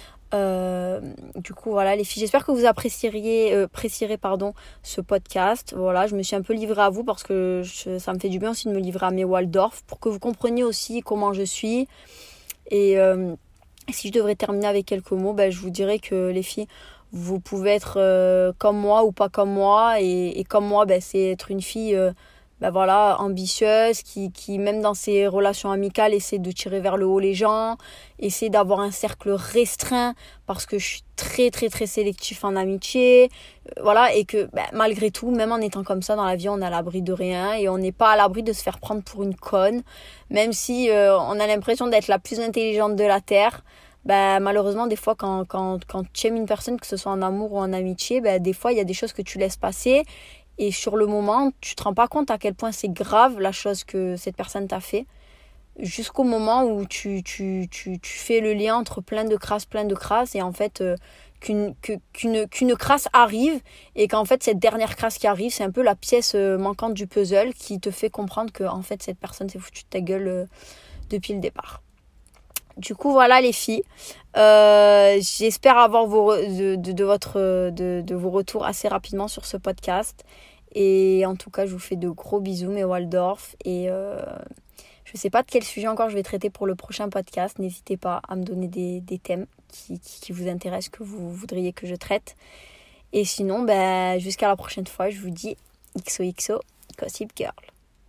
Euh, du coup voilà les filles, j'espère que vous apprécierez, euh, apprécierez pardon, ce podcast. Voilà, je me suis un peu livrée à vous parce que je, ça me fait du bien aussi de me livrer à mes Waldorf pour que vous compreniez aussi comment je suis. Et euh, si je devrais terminer avec quelques mots, ben, je vous dirais que les filles, vous pouvez être euh, comme moi ou pas comme moi, et, et comme moi, ben, c'est être une fille euh, ben voilà, ambitieuse, qui, qui même dans ses relations amicales essaie de tirer vers le haut les gens, essaie d'avoir un cercle restreint parce que je suis très très très sélectif en amitié, euh, voilà, et que ben, malgré tout, même en étant comme ça dans la vie, on est à l'abri de rien et on n'est pas à l'abri de se faire prendre pour une conne, même si euh, on a l'impression d'être la plus intelligente de la terre. Ben, malheureusement, des fois, quand, quand, quand tu aimes une personne, que ce soit en amour ou en amitié, ben, des fois, il y a des choses que tu laisses passer. Et sur le moment, tu te rends pas compte à quel point c'est grave la chose que cette personne t'a fait. Jusqu'au moment où tu, tu, tu, tu fais le lien entre plein de crasses, plein de crasses. Et en fait, euh, qu'une, que, qu'une, qu'une crasse arrive. Et qu'en fait, cette dernière crasse qui arrive, c'est un peu la pièce euh, manquante du puzzle qui te fait comprendre que en fait, cette personne s'est foutue de ta gueule euh, depuis le départ. Du coup, voilà les filles. Euh, j'espère avoir vos re- de, de, de, votre, de, de vos retours assez rapidement sur ce podcast. Et en tout cas, je vous fais de gros bisous, mes Waldorf. Et euh, je ne sais pas de quel sujet encore je vais traiter pour le prochain podcast. N'hésitez pas à me donner des, des thèmes qui, qui, qui vous intéressent, que vous voudriez que je traite. Et sinon, ben, jusqu'à la prochaine fois, je vous dis X O X O, Gossip Girl.